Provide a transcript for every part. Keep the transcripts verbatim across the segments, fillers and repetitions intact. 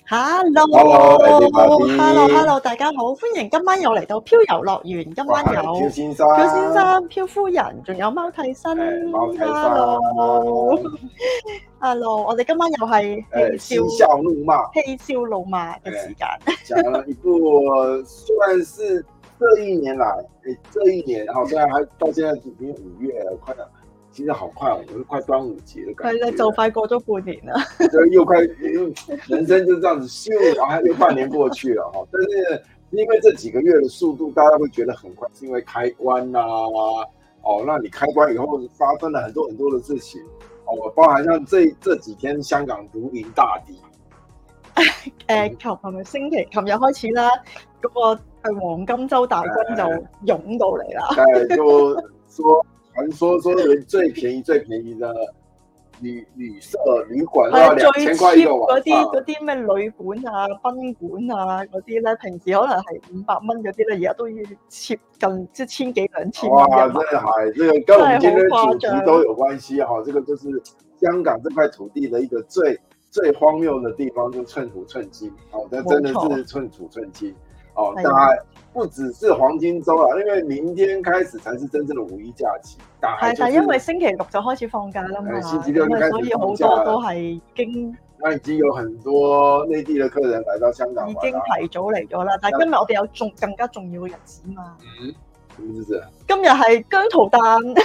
Hello，Hello，Hello，大家好，歡迎今晚又嚟到漂遊樂園。今晚有漂先生、 漂先生、漂夫人，仲有貓替身。Hello，Hello，我哋今晚又係嬉笑怒罵、 嬉笑怒罵嘅時間。 講了一部算是這一年來，這一年哈，雖然還到現在已經五月了，快了。其實好快，我們快端午節的感覺。係啦， 就快過咗半年啦。 就又快，人生就這樣子咻，然後又半年過去了哈。但是因為這幾個月的速度，大家會覺得很快，是因為開關啦、啊，哦，那你開關以後發生了很多很多的事情，哦，包含像這這幾天香港如臨大敵。 誒，琴日星期，琴日開始啦，嗰、那個係黃金週大軍就湧到嚟啦。 誒，就說。傳說說最便宜最便宜的旅旅社旅館都要兩千塊一個晚上。 嗰啲嗰啲咩旅館啊、賓館啊嗰啲咧，平時可能係五百蚊嗰啲咧，而家都要接近即係千幾兩千蚊。 哇！真係，這個跟我們今天的主題都有關係哈。這個就是香港這塊土地的一個最最荒謬的地方，就寸土寸金。哦，但真的是寸土寸金。哦，當然不只是黃金周啦，因為明天開始才是真正的五一假期。係、就是， 但因為星期六就開始放假啦嘛， 星期六就開始放假， 所以好多都係已經。 那已經有很多內地的客人來到香港， 已經提早嚟咗啦。但係今日我哋有重更加重要嘅日子嘛。 嗯，什麼日子？ 今日係姜濤誕。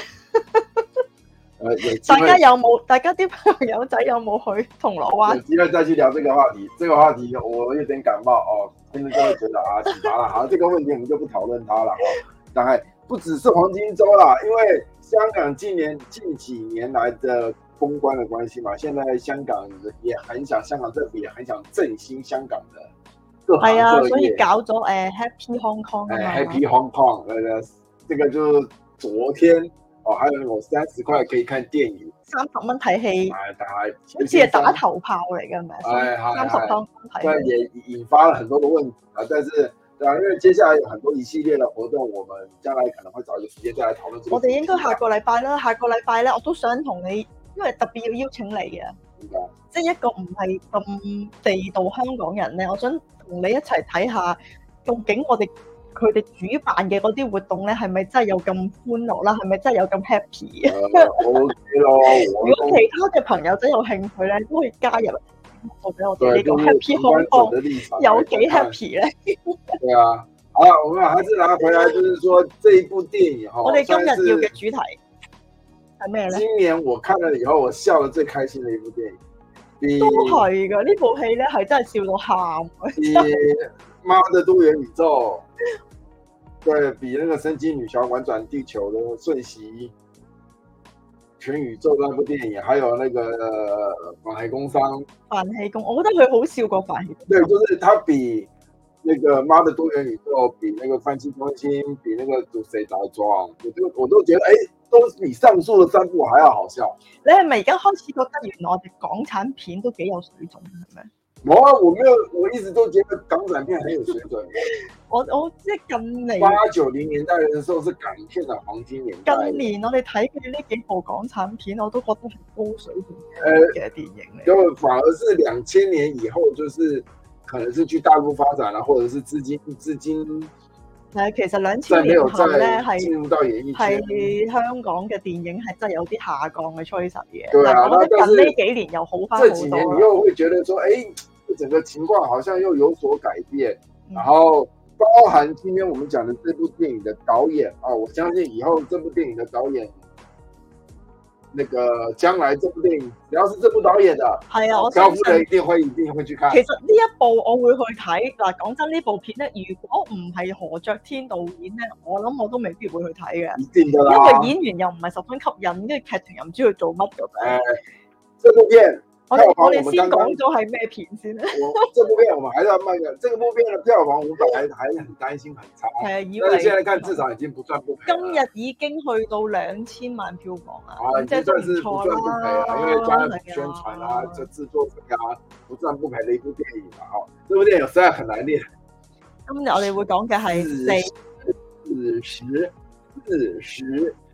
大家有冇？大家啲朋友仔有冇去銅鑼灣？ 有機會再去聊這個話題。這個話題我有點感冒哦，聽眾就會覺得啊，奇葩啦。好，這個問題我們就不討論它了。但係不只是黃金周啦，因為香港近年近幾年來的封關的關係嘛，現在香港也很想，香港政府也很想振興香港的各行各業。係啊， 所以搞咗誒、呃、Happy Hong Kong 啊、 呃、，Happy Hong Kong，那個這個就昨天。哦，還有我三十塊可以看電影， 三十蚊睇戲， 好似係打頭炮嚟嘅，係咪？三十蚊睇， 對，也引發了很多的問題啊。但是，對啊，因為接下來有很多一系列的活動，我們將來可能會找一個時間再來討論。 我哋應該下個禮拜啦，下個禮拜咧，我都想同你，因為特別要邀請你嘅，即係一個唔係咁地道香港人咧，我想同你一齊睇下，究竟我哋。佢哋主辦嘅嗰啲活動咧，係咪真係有咁歡樂啦？係咪真係有咁 happy 啊、 uh, okay 咯！ 如果其他嘅朋友仔有興趣咧，都可以加入或者我哋呢個 Happy Hong Kong 有幾 happy 咧？ 對啊，好，我們還是拿回來，就是說這一部電影哈， 我哋今日要嘅主題係咩咧？ 今年我看了以後，我笑得最開心嘅一部電影， 都係㗎，呢部戲咧係真係笑到喊。 比媽的多元宇宙。對，比那個神奇女俠玩轉地球的瞬息全宇宙那部電影，還有那個反黑工商。 反黑工，我覺得佢好笑過反黑工。 對，就是它比那個媽的多元宇宙，比那個翻新中心，比那個毒蛇大狀，我都我都覺得，哎，都比上述的三部還要好笑。 你係咪而家開始覺得原來我哋港產片都幾有水準，係咪？ 冇啊，我沒有，我一直都覺得港產片很有水準。 我我即係近年八九零年代嘅時候是港片嘅黃金年代。近年我哋睇嘅呢幾部港產片，我都覺得係高水準嘅電影嚟。 咁、呃、反而是兩千年以後，就是可能是去大陸發展啦，或者是資金資金。係其實兩千年後咧係進入到演藝圈， 係香港嘅電影係真係有啲下降嘅趨勢嘅。 對啊， 但我覺得近呢幾年又好翻好多。 這幾年你又會覺得說，誒、欸，整個情況好像又有所改變。嗯、然後包含今天我們講的這部電影的導演啊，我相信以後這部電影的導演。那個將來這部電影，只要是這部導演的， 係啊，我漂夫人一定會一定會去看。 其實呢一部我會去睇嗱，講真呢部片咧，如果唔係何爵天導演咧，我諗我都未必會去睇嘅。 一定的啦， 因為演員又唔係十分吸引，跟住劇情又唔知佢做乜咁樣。 誒，這部片。 我哋我哋先講咗係咩片先咧？ 我這部片我們還是要慢嘅，這個部片嘅票房我本來還是很擔心很差，係以為，但係現在看至少已經不算不賠。今日已經去到兩千萬票房啦，啊，即係都唔錯啦， 因為加上宣傳啊，這製作費啊，不算不賠的一部電影啦。哈，這部電影實在很難練。今日我哋會講嘅係四四十四十。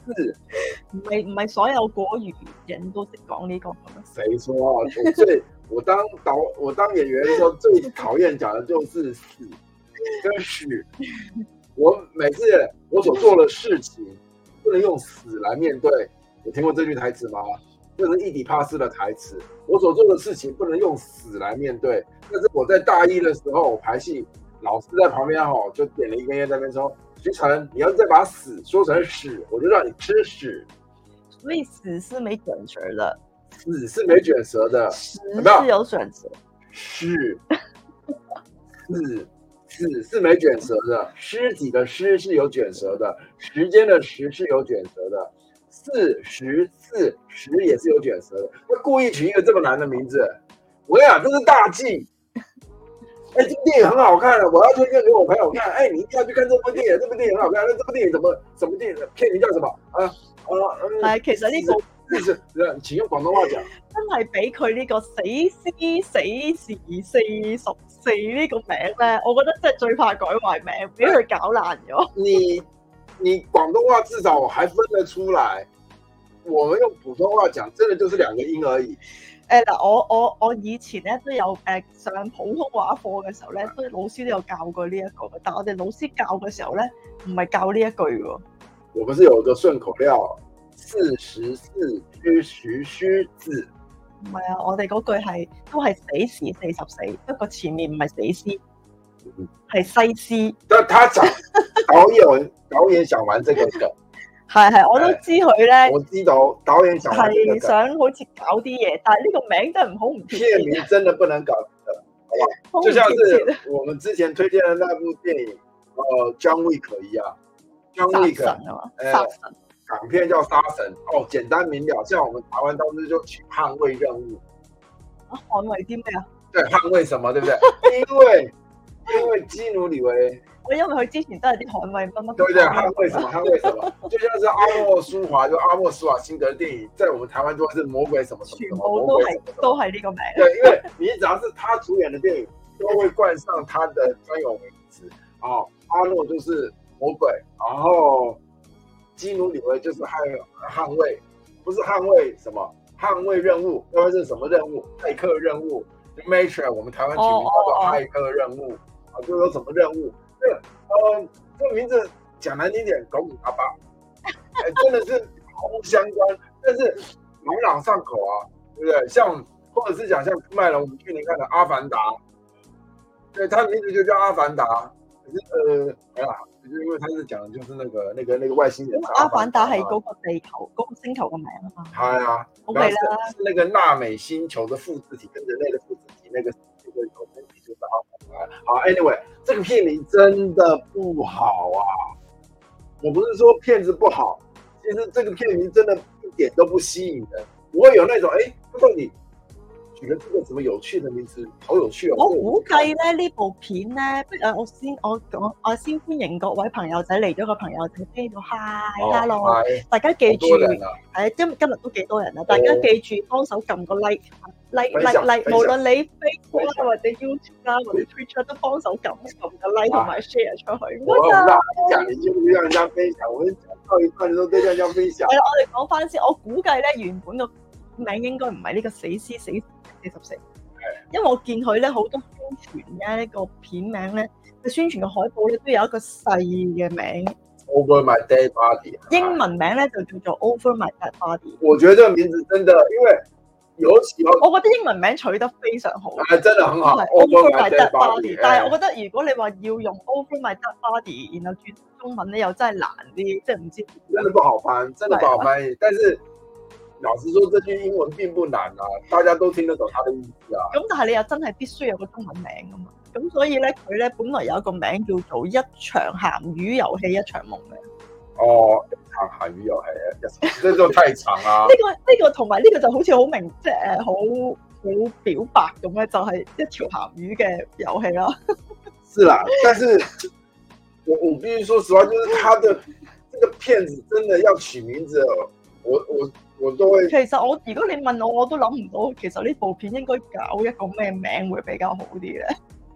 字， 唔係唔係所有國語人都識講呢個咁樣。 誰說啊？我最我當導我當演員的時候最討厭講的就是死跟屎。我每次我所做的事情不能用死來面對。有聽過這句台詞嗎？這是伊底帕斯的台詞。我所做的事情不能用死來面對。但是我在大一的時候，我排戲，老師在旁邊吼就點了一根煙，在那邊說：徐晨，你要再把死說成屎，我就讓你吃屎。 所以死是沒卷舌的， 死是沒卷舌的， 屎是有卷舌。 是，死死是沒卷舌的，屍體的屍是有卷舌的，時間的時是有卷舌的。四十四十也是有卷舌的，他故意取一個這麼難的名字。我跟你講，這是大忌。哎，這部電影很好看的，我要推薦給我朋友看。哎，你一定要去看這部電影，這部電影很好看。那這部電影怎麼什麼電影？片名叫什麼？啊啊嗯， 係其實呢個是是，請用廣東話講。 真係俾佢呢個死屍死時四十四呢個名咧，我覺得真係最怕改壞名，俾佢搞爛咗。 你你廣東話至少還分得出來。我們用普通話講，真的就是兩個音而已。 誒嗱，我我我以前咧都有誒上普通話課嘅時候咧，都老師都有教過呢一個嘅，但係我哋老師教嘅時候咧，唔係教呢一句喎。 我不是有個順口溜，四十四虛實虛字。 唔係啊，我哋嗰句係都係死時四十四，不過前面唔係死屍，係西施。 但他講導演導演想玩這個梗。 係係，我都知佢咧。 我知道導演想係想好似搞啲嘢，但係呢個名真係唔好唔貼切。 片名真的不能搞的，好不好？就像是我們之前推薦的那部電影，呃，John Wick 一樣。John Wick 殺神啊嘛，殺神。 港片叫殺神，哦，簡單明了。像我們台灣當時就取捍衛任務。 啊，捍衛啲咩啊？ 對，捍衛什麼？對不對？因為因為基努里維。 我因為佢之前都係啲捍衛乜乜， 對對，捍衛什麼？捍衛什麼？就像是阿莫舒華，就阿莫舒華辛德電影，在我們台灣都是魔鬼什麼什麼， 全部都係都係呢個名。 對，因為你只要是他主演的電影，都會冠上他的專有名詞。哦，阿諾就是魔鬼，然後基努里維就是捍捍衛，不是捍衛什麼？捍衛任務，要不是什麼任務？駭客任務，就 Matrix，我們台灣取名叫做駭客任務，啊、哦，就有什麼任務？這個，呃，這個名字講難聽點，狗骨巴巴，哎，真的是毫不相關，但是朗朗上口啊，對不對？像或者是講像麥龍，我們去年看的《阿凡達》，對，他的名字就叫《阿凡達》，可是呃，哎呀，就是因為他是講的就是那個那個那個外星人。 阿凡達係嗰個地球嗰、那個星球嘅名啊嘛。係啊 ，O K 啦， 是那個納美星球的複製體跟人類的複製體，那個那個有分體就是阿凡達。好 ，Anyway。這個片名真的不好啊！我不是說片子不好，其實這個片名真的一點都不吸引人。不會有那種，哎，到底取了這個什麼有趣的名字，好有趣哦！ 我估計咧呢部片咧，誒，我先我我我先歡迎各位朋友仔嚟咗個朋友仔喺度 ，hi，hello，大家記住，係今今日都幾多人啊！大家記住幫手撳個 like，like like like，無論你 Facebook 啦或者 YouTube 啦或者 Twitter 都幫手撳撳個 like 同埋 share 出去。唔該晒。 講你就讓人家分享，我講到一半都對人家分享。 係啦，我哋講翻先，我估計咧原本個名應該唔係呢個死屍死四十四，因為我見佢咧好多宣傳嘅呢個片名咧，佢宣傳嘅海報咧都有一個細嘅名 ，Over My Dead Body， 英文名咧就叫做 Over My Dead Body。 我覺得這個名字真的，因為尤其我覺得英文名取得非常好， 係真的很好。 Over My Dead Body，但係我覺得如果你話要用 Over My Dead Body，然後轉中文咧又真係難啲，即係唔知。 真的不好翻，真的不好翻譯，但是。老實說，這句英文並不難啊，大家都聽得懂它的意思啊。 咁但係你又真係必須有個中文名噶嘛？咁所以咧，佢咧本來有一個名叫做一場鹹魚遊戲一場夢嘅。 哦，一場鹹魚遊戲，呢個太長啦。 呢個呢個同埋呢個就好似好明，即係誒好好表白咁咧，就係一條鹹魚嘅遊戲啦。 是啦，但是我我必須說實話，就是他的這個片子真的要取名字，我我。我都會其實我如果你問我，我都諗唔到，其實呢部片應該搞一個咩名會比較好啲咧？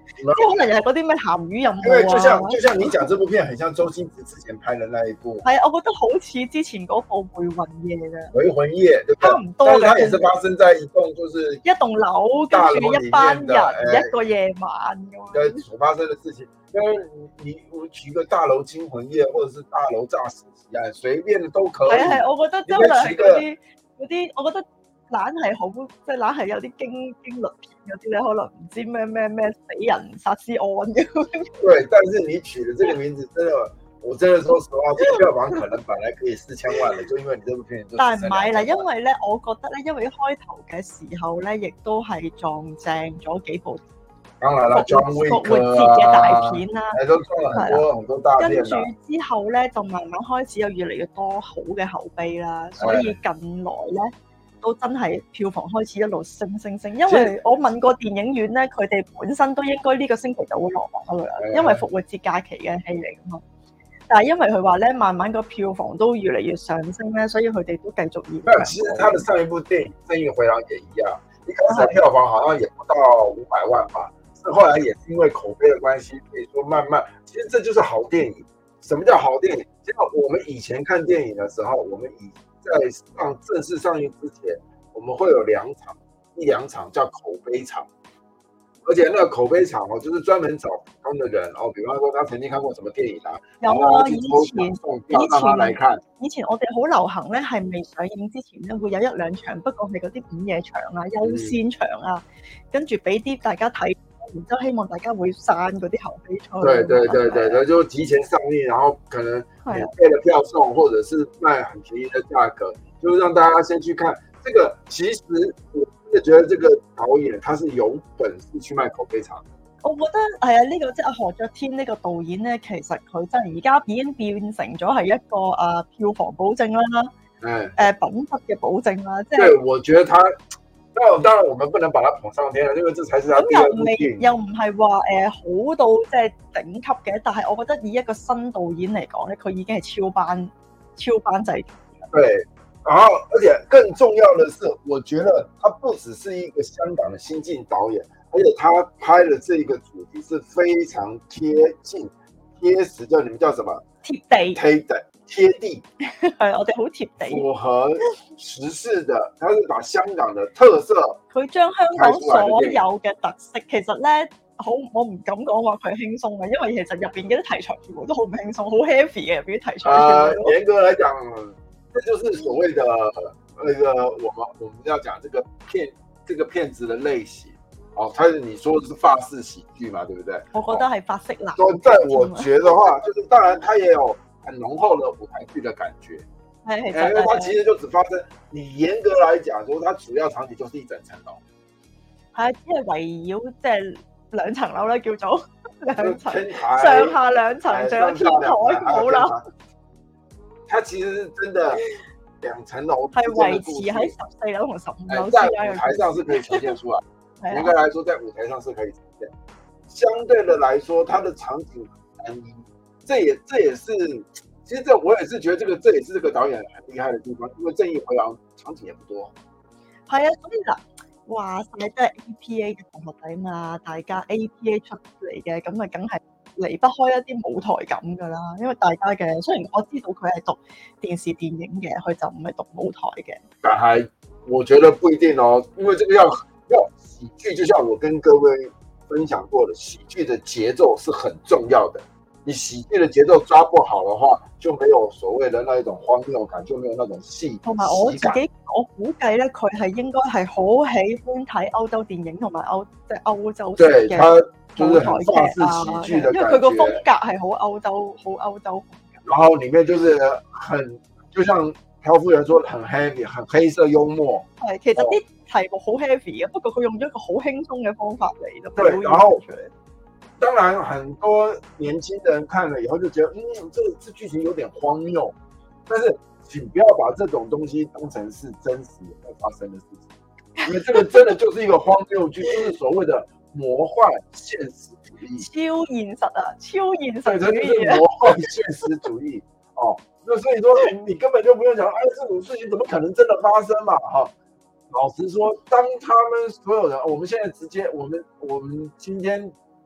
即係可能又係嗰啲咩鹹魚任因為務就像啊。 就像你講這部片，很像周星馳之前拍的那一部係啊，我覺得好似之前嗰部回魂夜嘅， 回魂夜，對不對？ 差唔多嘅。 但是它也是發生在一棟就是一棟樓，跟住一班人、哎、一個夜晚咁樣所發生的事情。因為你我取個大樓驚魂夜，或者是大樓詐屍奇案，隨便的都可以。 係係，我覺得真係嗰啲嗰啲，我覺得懶係好，即係懶係有啲驚驚慄片嗰啲咧，可能唔知咩咩咩死人殺屍案嘅。 對，但是你取的這個名字，真的，我真的說實話，這個票房可能本來可以四千萬嘅，就因為你這部片就。但係唔係啦， 因為咧，我覺得咧，因為一開頭嘅時候咧，亦都係撞正咗幾部。 當然啦，復活節嘅大片啦， 係都撞了很多很多大片。 跟住之後咧，就慢慢開始有越嚟越多好嘅口碑啦，所以近來咧都真係票房開始一路升升升。因為我問過電影院咧，佢哋本身都應該呢個星期就會落幕噶啦，因為復活節假期嘅戲嚟噶嘛。但係因為佢話咧，慢慢個票房都越嚟越上升咧，所以佢哋都繼續演。 但其實他的上一部電影《正義回廊》也一樣，一開始票房好像也不到五百萬吧。後來也是因為口碑的關係，可以說慢慢，其實這就是好電影。什麼叫好電影？其實我們以前看電影的時候，我們以在上正式上映之前，我們會有兩場，一兩場叫口碑場，而且那個口碑場哦，就是專門找普通的人哦，比方說他曾經看過什麼電影啊， 有啊，以前以前來看， 以前我哋好流行咧，係未上映之前咧，會有一兩場，不過係嗰啲午夜場啊、優先場啊，嗯、跟住俾啲大家睇。然之後希望大家會散嗰啲口碑出去。對對對對對，就提前上映，然後可能免費的票送，或者是賣很便宜的價格，就是讓大家先去看。這個其實我真的覺得這個導演他是有本事去賣口碑場。 我覺得係啊，呢、這個即係阿何爵天呢個導演咧，其實佢真係而家已經變成咗係一個誒、呃、票房保證啦，誒、 嗯呃、品質嘅保證啦。即係對，我覺得他。當然，我們不能把它捧上天啦，因為這才是他第二部電影。 又唔係話誒好到即係頂級嘅，但係我覺得以一個新導演嚟講咧，佢已經係超班超班製作。 對，然後而且更重要的是，我覺得他不只是一個香港的新晉導演，而且他拍的這個主題是非常貼近、貼實，叫你們叫什麼？ 貼地。 貼地。貼地係我哋好貼地， 符合時事的，他是把香港的特色， 佢將香港所有嘅特色，其實咧好，我唔敢講話佢輕鬆嘅，因為其實入邊嘅啲題材全部都好唔輕鬆，好 heavy 嘅入邊啲題材。 呃，嚴格來講，這就是所謂的那個我們我們要講這個片這個片子的類型。哦，他你說的是法式喜劇嘛，對不對？ 我覺得係法式啦。 所以在我覺得的話，就是當然，它也有很濃厚的舞台劇的感覺， 係係， 因為它其實就只發生，你嚴格來講，說它主要場景就是一整層樓， 係只係圍繞即係兩層樓咧，叫做兩層， 天台上下兩層，仲有天台冇啦。 它其實是真的兩層樓， 係維持喺十四樓同十五樓之間， 在舞台上是可以呈現出來。嚴格來說，在舞台上是可以呈現。相對的來說，它的場景很單一。這也這也是，其實這我也是覺得這個這也是這個導演很厲害的地方，因為正義回廊場景也不多。係啊，所以嗱，話晒都係 A P A 嘅同學仔嘛，大家 A P A 出嚟嘅，咁啊梗係離不開一啲舞台感噶啦。因為大家嘅，雖然我知道佢係讀電視電影嘅，佢就唔係讀舞台嘅。但係我覺得不一定哦，因為這個要要喜劇，就像我跟各位分享過的，喜劇的節奏是很重要的。你喜劇的節奏抓不好的話，就沒有所謂的那一種荒謬感，就沒有那種戲。同埋我自己，我估計咧，佢係應該係好喜歡睇歐洲電影同埋歐即係歐洲式嘅舞台劇啊，因為佢個風格係好歐洲，好歐洲風格。然後裡面就是很，就像漂夫人說，很 heavy，很黑色幽默。係，其實啲題目好 heavy 嘅，不過佢用咗一個好輕鬆嘅方法嚟表現出嚟。當然，很多年輕人看了以後就覺得，嗯，這個這劇情有點荒謬。但是，請不要把這種東西當成是真實會發生的事情，因為這個真的就是一個荒謬劇，就是所謂的魔幻現實主義。超現實啊，超現實主義啊！對，這就是魔幻現實主義哦。那所以說，你根本就不用講，哎，這種事情怎麼可能真的發生嘛？哈、哦，老實說，當他們所有人，我們現在直接，我們我們今天。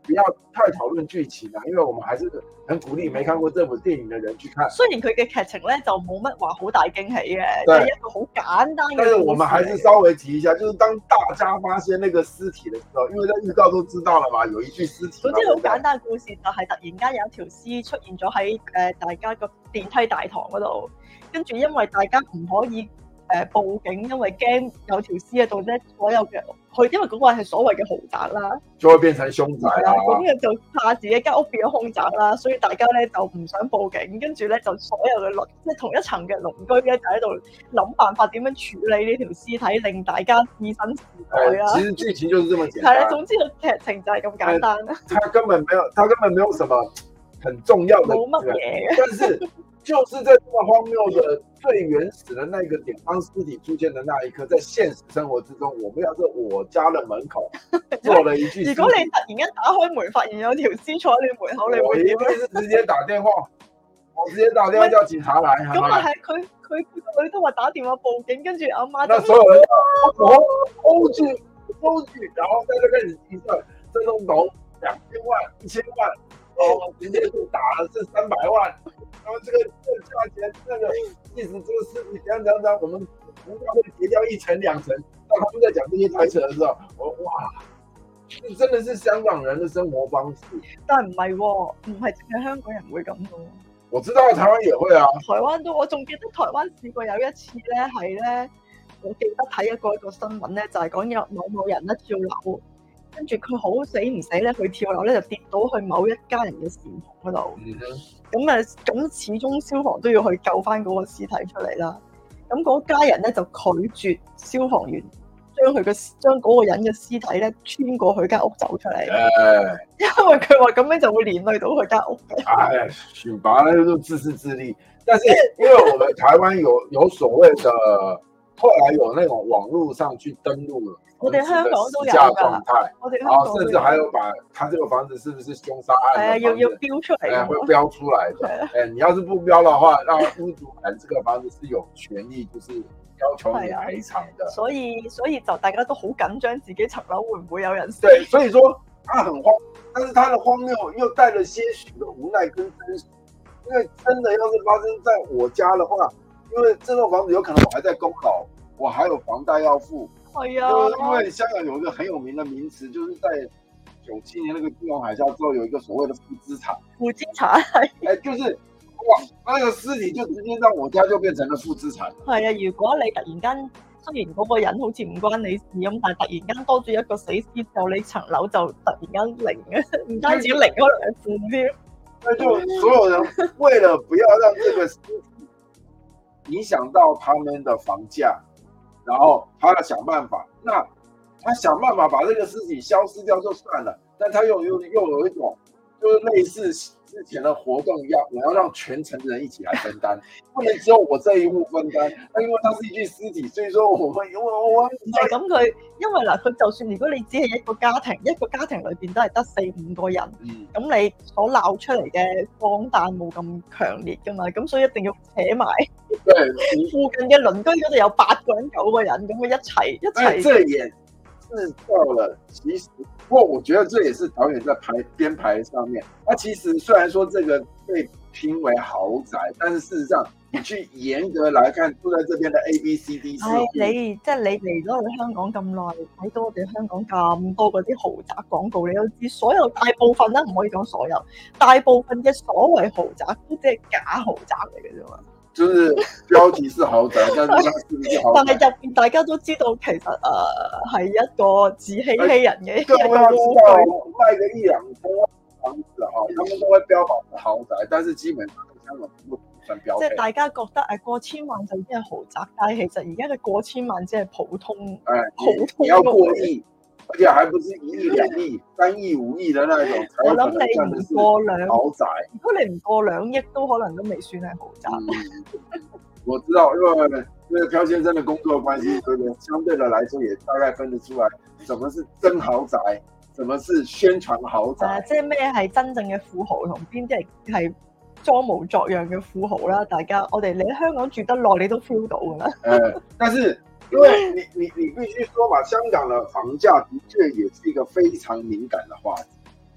不要太討論劇情啊，因為我們還是很鼓勵沒看過這部電影的人去看。 雖然佢嘅劇情咧就冇乜話好大驚喜嘅，係一個好簡單嘅。 但是我們還是稍微提一下，就是當大家發現那個屍體的時候，因為在預告都知道了嘛，有一具屍體。 總之好簡單嘅故事就係突然間有一條屍出現咗喺誒大家個電梯大堂嗰度，跟住因為大家唔可以。誒報警，因為驚有條屍喺度咧，所有嘅佢因為嗰個係所謂嘅豪宅啦， 就會變成兇宅啦。 咁嘅就怕自己間屋變咗兇宅啦，所以大家咧就唔想報警，跟住咧就所有嘅鄰即係同一層嘅鄰居咧就喺度諗辦法點樣處理呢條屍體，令大家置身事外啦。 其實劇情就是這麼簡單。 係啦，總之個劇情就係咁簡單。 他根本沒有，他根本沒有什麼很重要的， 冇乜嘢。 但是就是在這麼荒謬的最原始的那個點，當屍體出現的那一刻，在現實生活之中，我們要在我家的門口做了一句。 如果你突然間打開門，發現有條屍坐喺你門口，你會點？ 我一定是直接打電話，我直接打電話叫警察來。 咁啊係，佢佢個女都話打電話報警，跟住阿媽就。 那所有人都我歐劇歐劇，然後在這開始計算這棟樓兩千萬、一千萬，哦，直接就打了是三百萬。然後這個這個價錢，那個意思，這個事情怎樣怎樣怎樣，我們股價會跌掉一成兩成。當他們在講這些台詞的時候，我哇，這真的是香港人的生活方式。 但係唔係喎，唔係淨係香港人會咁嘅。 我知道台灣也會啊， 台灣都，我仲記得台灣試過有一次咧，係咧，我記得睇過一個新聞咧，就係講有某某人咧跳樓。跟住佢好死唔死咧，佢跳樓咧就跌到去某一家人嘅簷篷嗰度。咁啊、嗯，咁始終消防都要去救翻嗰個屍體出嚟啦。咁嗰家人咧就拒絕消防員將佢嘅將嗰個人嘅屍體咧穿過佢間屋走出嚟。哎、因為佢話咁樣就會連累到佢間屋嘅。 哎，選拔咧都自私自利，但是因為我們台灣有有所謂的，後來有那種網絡上去登錄了。 我哋香港都有㗎，我哋香港甚至還有把他這個房子是不是兇殺案？ 係啊，要要標出嚟， 誒，會標出來的。誒、哎，你要是不標的話，那屋主買這個房子是有權利，就是要求你賠償的。 所以，所以就大家都好緊張，自己層樓會唔會有人死？ 對，所以說他很荒，但是他的荒謬又帶了些許的無奈跟真實。因為真的要是發生在我家的話，因為這棟房子有可能我還在供樓，我還有房貸要付。 係啊， 因為香港有一個很有名的名詞，就是在九七年那個金融海嘯之後，有一個所謂的負資產。 負資產係， 誒，就是哇，那個屍體就直接讓我家就變成了負資產。 係啊，如果你突然間雖然嗰個人好似唔關你事咁，但係突然間多咗一個死屍，就你層樓就突然間零啊，唔單止零，可能係負添。 那就所有人為了不要讓這個屍體影響到他們的房價。然後他要想辦法，那他想辦法把這個屍體消失掉就算了，但他又又又有一種，就是類似之前的活動一樣，我要讓全城人一起來分擔，不能只有我這一戶分擔。那因為它是一具屍體，所以說我們我我係咁佢，因為嗱佢就算如果你只係一個家庭，一個家庭裏邊都係得四五個人，咁、嗯、你所鬧出嚟嘅荒誕冇咁強烈噶嘛，咁所以一定要扯埋。對，附近嘅鄰居嗰度有八個人、九個人，咁佢一齊一齊。 這也製造了，其實不過我覺得這也是導演在排編排上面。他其實雖然說這個被評為豪宅，但是事實上你去嚴格來看，住在這邊的 A B C D 四， 哎，你即係你嚟咗我哋香港咁耐，睇到我哋香港咁多嗰啲豪宅廣告，你都知所有大部分啦，唔可以講所有，大部分嘅所謂豪宅都只係假豪宅嚟嘅啫嘛。 就是標題是豪宅，但是它是不是豪宅？ 但係入邊大家都知道，其實誒係、呃、一個自欺欺人嘅。 各位要知道，賣個一兩千萬房子哈，他們都會標榜是豪宅，但是基本上香港不算標。 即係大家覺得誒過千萬就已經係豪宅，但係其實而家嘅過千萬只係普通。誒、 哎， 普通你要過億，而且還不是一億、兩億、三億、五億的那種。 我諗你唔過兩豪宅， 如果你唔過兩億，都可能都未算係豪宅。 嗯、我知道，因為因為漂先生的工作關係，所以相對的來說，也大概分得出來，什麼是真豪宅，什麼是宣傳豪宅。啊、即係咩係真正嘅富豪，同邊啲係係裝模作樣嘅富豪啦？大家，我哋你喺香港住得耐，你都 feel 到噶啦。誒、 嗯，但是。因為你你你必須說嘛，香港的房價的確也是一個非常敏感的話題。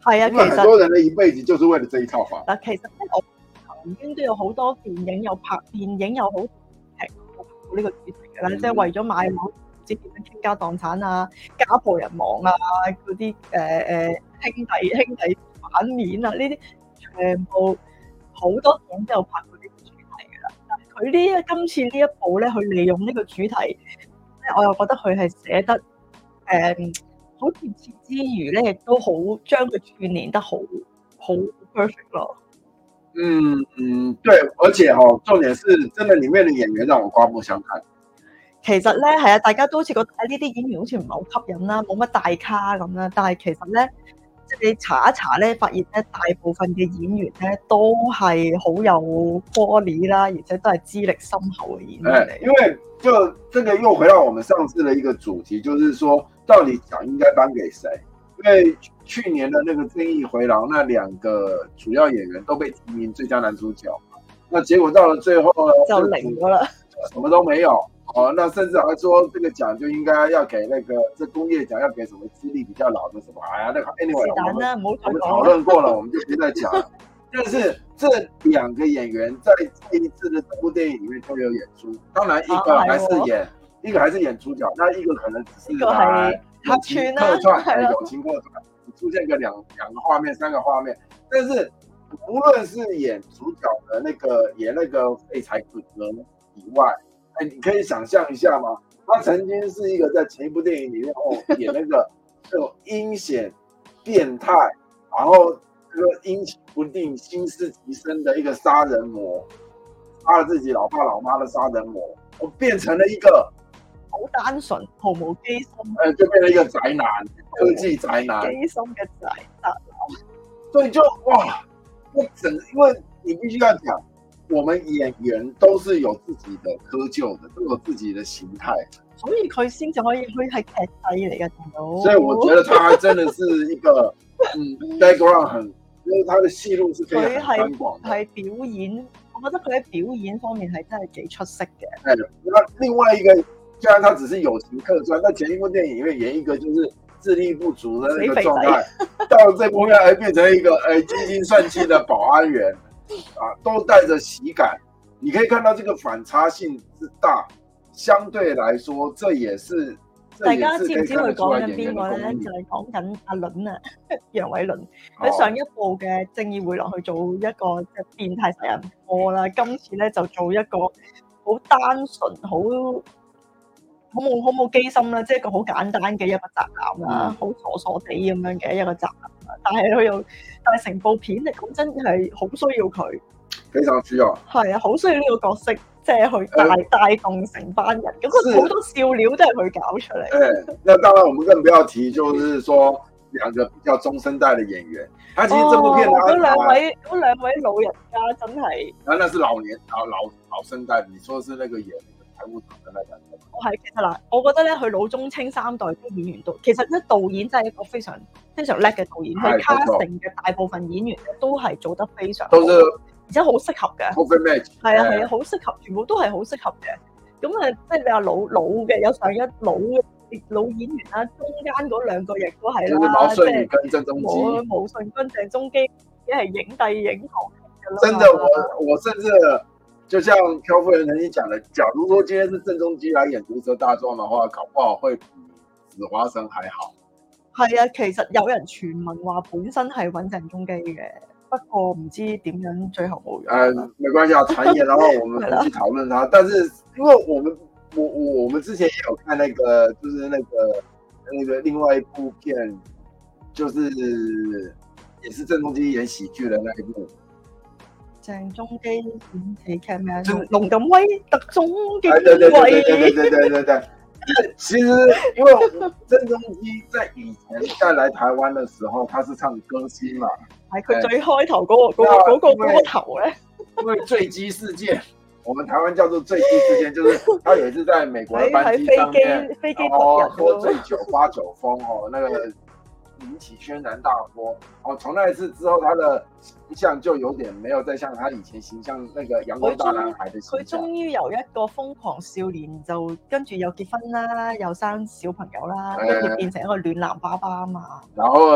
係啊， 因為很多人的一輩子就是為了這一套房。 嗱，其實咧，我曾經都有好多電影有拍，電影有好劇呢個主題嘅啦，嗯、即係為咗買樓，唔知點樣傾家蕩產啊、家破人亡啊、嗰啲誒誒兄弟兄弟反面啊，呢啲全部好多電影都有拍過呢個主題嘅啦。但係佢呢今次呢一部咧，佢利用呢個主題，咧我又覺得佢係寫得誒。嗯好貼切之餘咧，亦都好將佢串聯得好好 perfect 咯。 嗯嗯，對，而且哦，重點是真的裡面的演員讓我刮目相看。 其實咧係啊，大家都好似覺得呢啲演員好似唔係好吸引啦，冇乜大咖咁啦。但係其實咧，即係你查一查咧，發現咧大部分嘅演員咧都係好有 quality 啦，而且都係資歷深厚嘅演員嚟。 因為就這個又回到我們上次的一個主題，就是說到底獎應該頒給誰？因為去年的那個正義回廊，那兩個主要演員都被提名最佳男主角，那結果到了最後呢， 就零咗啦， 什麼都沒有。哦，那甚至還說這個獎就應該要給那個這工業獎要給什麼資歷比較老的什麼？哎呀，那個 anyway，我們我們討論過了，我們就不再講了。但是這兩個演員在這一次的這部電影裡面都有演出，當然一個還是演，啊、一個還是演主角，那一個可能只是來客串，客串，友情客串，出現個兩兩個畫面、三個畫面。但是無論是演主角的那個演那個廢柴哥哥以外，哎，你可以想象一下嗎？他曾經是一個在前一部電影裡面哦演那個這種陰險、變態，然後這個陰晴不定、心思極深的一個殺人魔，殺了自己老爸老媽的殺人魔，我變成了一個好單純、毫無機心， 哎，就變成一個宅男，科技宅男， 機心嘅宅男。 所以就哇，我整，因為你必須要講。我們演員都是有自己的窠臼的，都有自己的形態， 所以佢先至可以，佢係劇帝嚟嘅，大佬。所以我覺得他真的是一個，嗯 ，background 很，因為他的戲路是非常寬廣的。 係表演，我覺得佢喺表演方面係真係幾出色嘅。 係，那另外一個，雖然他只是友情客串，但前一部電影裡面演一個就是智力不足的那個狀態，到這部片還變成一個誒精心算計的保安員。啊，都帶着喜感，你可以看到這個反差性之大。相對來說，這也是， 大家知唔知佢講緊邊個咧？就係講緊阿倫啊，楊偉倫。佢上一部嘅《正義迴廊》去做一個即係變態殺人魔啦，今次咧就做一個好單純、好好冇好冇機心啦，即係一個好簡單嘅一個宅男啦，好、嗯、傻傻地咁樣嘅一個宅男。但係佢又，但係成部片嚟講真係好需要佢， 非常需要， 係啊，好需要呢個角色，即係去帶、欸、帶動成班人，咁佢好多笑料都係佢搞出嚟。誒、欸， 那當然，我們更不要提，就是說兩個比較中生代嘅演員，他其實這部片， 嗰、哦、兩位嗰兩位老人家真係， 那那是老年老老老生代，你說是那個演財務長嘅那個。 我係其實嗱，我覺得咧，佢老中青三代啲演員都，其實咧導演真係一個非常非常叻嘅導演，佢 casting 嘅大部分演員咧都係做得非常好，而且好適合嘅。係啊係啊，好適合，全部都係好適合嘅。咁啊，即係你話老老嘅有上一老嘅老演員啦，中間嗰兩個亦都係啦， 毛舜筠跟鄭中基， 毛舜筠、鄭中基已經係影帝影后嘅啦。 真的，我我甚至。就像漂夫人曾經講的，假如說今天是鄭中基來演毒舌大狀的話，搞不好會比子華神還好。 係啊，其實有人傳聞話本身係揾鄭中基嘅，不過唔知點樣最後冇用。誒、呃， 沒關係啊，傳言，然後我們不去討論它。但是因為我們我我我們之前也有看那個，就是那個那個另外一部片，就是也是鄭中基演喜劇的那一部。 鄭中基演喜劇咩？龍咁威特種警衛。 對對對對對對對對對。其實因為鄭中基在以前在來台灣的時候，他是唱歌星嘛。 係佢最開頭嗰、那個嗰、那個嗰、那個歌頭咧。 因為墜機事件，我們台灣叫做墜機事件，就是他有一次在美國的班機上面， 飛機哦喝醉酒發酒瘋哦，那個。引起軒然大波哦！從那一次之後，他的形象就有點沒有再像他以前形象那個陽光大男孩的形象。 佢終於由一個瘋狂少年，就跟住又結婚啦，又生小朋友啦，跟住、欸、變成一個暖男爸爸啊嘛。 然後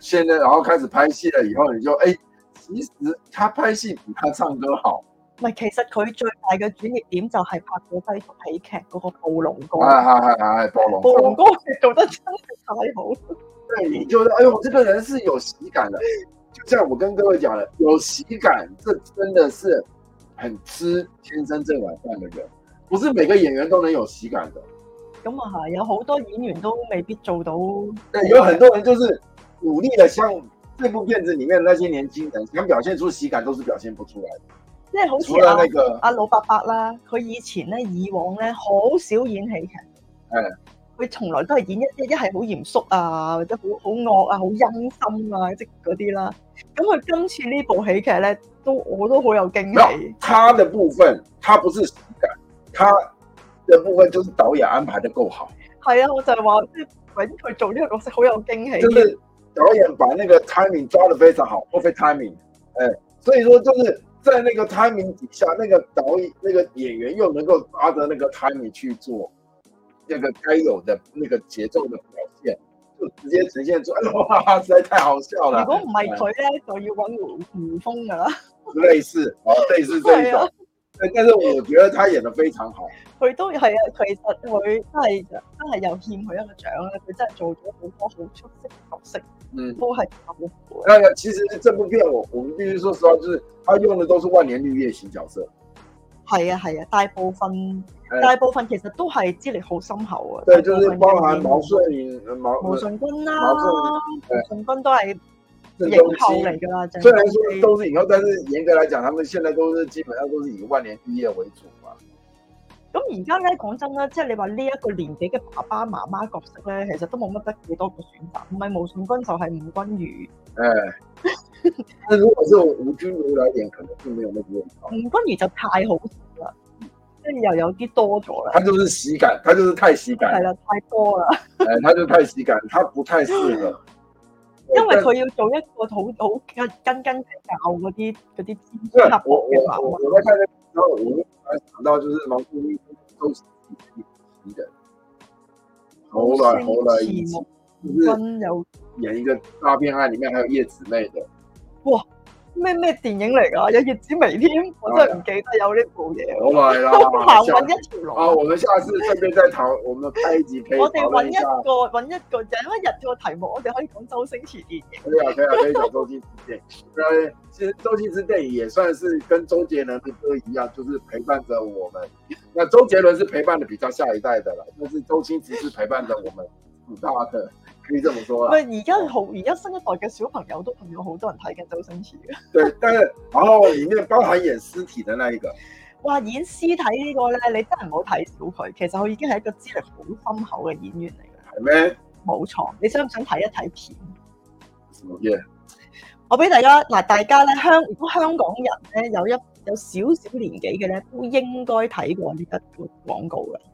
现在然後開始拍戲了以後，你就誒、欸，其實他拍戲比他唱歌好。 唔係，其實佢最大嘅轉捩點就係拍咗低俗喜劇嗰個暴龍哥。 係係係係暴龍哥。 暴龍哥做得真係太好。 對，你覺得哎呦，這個人是有喜感的。就像我跟各位講的，有喜感，這真的是很吃天生這碗飯的人，不是每個演員都能有喜感的。 咁啊係，有好多演員都未必做到。 對，有很多人就是努力的，像這部片子裏面那些年輕人，想表現出喜感，都是表現不出來的。即係好似阿那個阿魯伯伯啦，佢以前咧，以往咧好少演喜劇。係。佢從來都係演一一一係好嚴肅啊，或者好好惡啊，好陰森啊，即嗰啲啦。咁佢今次呢部喜劇咧，都我都好有驚喜。他的部分，他不是喜感，他的部分就是導演安排得夠好。係啊，我就係話，即係揾佢做呢個角色好有驚喜。就是導演把那個 timing 抓得非常好 ，perfect timing。誒，所以說就是在那個 timing 底下，那個導演、那個演員又能夠抓着那個 timing 去做。那個該有的那個節奏的表現，就直接呈現出，哎哇，實在太好笑了。如果唔係佢咧，就要揾胡胡楓噶啦。類似，哦，類似這一種。對，但是我覺得他演得非常好。佢都係啊，其實佢真係真係又欠佢一個獎咧，佢真係做咗好多好出色嘅角色，嗯，都係好好。那個其實這部片我我們必須說實話，就是他用的都是萬年綠葉型角色。係啊係啊，大部分。大部分其實都係資歷好深厚啊，對，就是包含毛舜、毛毛舜筠啦，毛舜筠都係影后嚟噶啦。雖然說都是影后，但是嚴格來講，他們現在都是基本上都是以萬年畢業為主嘛。咁而家咧講真啦，即係你話呢一個年紀嘅爸爸媽媽角色咧，其實都冇乜得幾多個選擇，唔係毛舜筠就係吳君如。誒，但如果是吳君如來演，可能就沒有那個味道。吳君如就太好笑啦。即係又有啲多咗啦，他就是喜感，他就是太喜感，係啦，太多啦，誒，他就太喜感，他不太適合，因為佢要做一個好好跟跟跟教嗰啲嗰啲尖刻薄嘅話。我我我在看嘅時候，我突然想到就是毛舜筠周星馳嘅，後來後來以前就是有演一個詐騙案，裡面還有葉子楣嘅，哇！咩咩電影嚟噶？有葉子楣添，我真係唔記得有呢部嘢。好耐啦，行運一條龍。啊，我們下次順便再討，我們開一集可以討論一下。我哋揾一個揾一個，就一日個題目，我哋可以講周星馳電影。可以啊，可以啊，可以講周星馳電影。對，其實周星馳電影也算是跟周杰倫的歌一樣，就是陪伴着我們。那周杰倫是陪伴的比較下一代的啦，但是周星馳是陪伴着我們長大的。可以這麼說啦。喂，而家好，而家新一代嘅小朋友都仲有好多人睇緊周星馳嘅。對，但係然後裡面包含演屍體嘅那一個。哇，演屍體呢個咧，你真係唔好睇小佢，其實佢已經係一個資歷好深厚嘅演員嚟嘅。係咩？冇錯，你想唔想睇一睇片？什麼嘢？我俾大家嗱，大家咧香，如果香港人咧有一有少少年紀嘅咧，都應該睇過呢一個廣告嘅。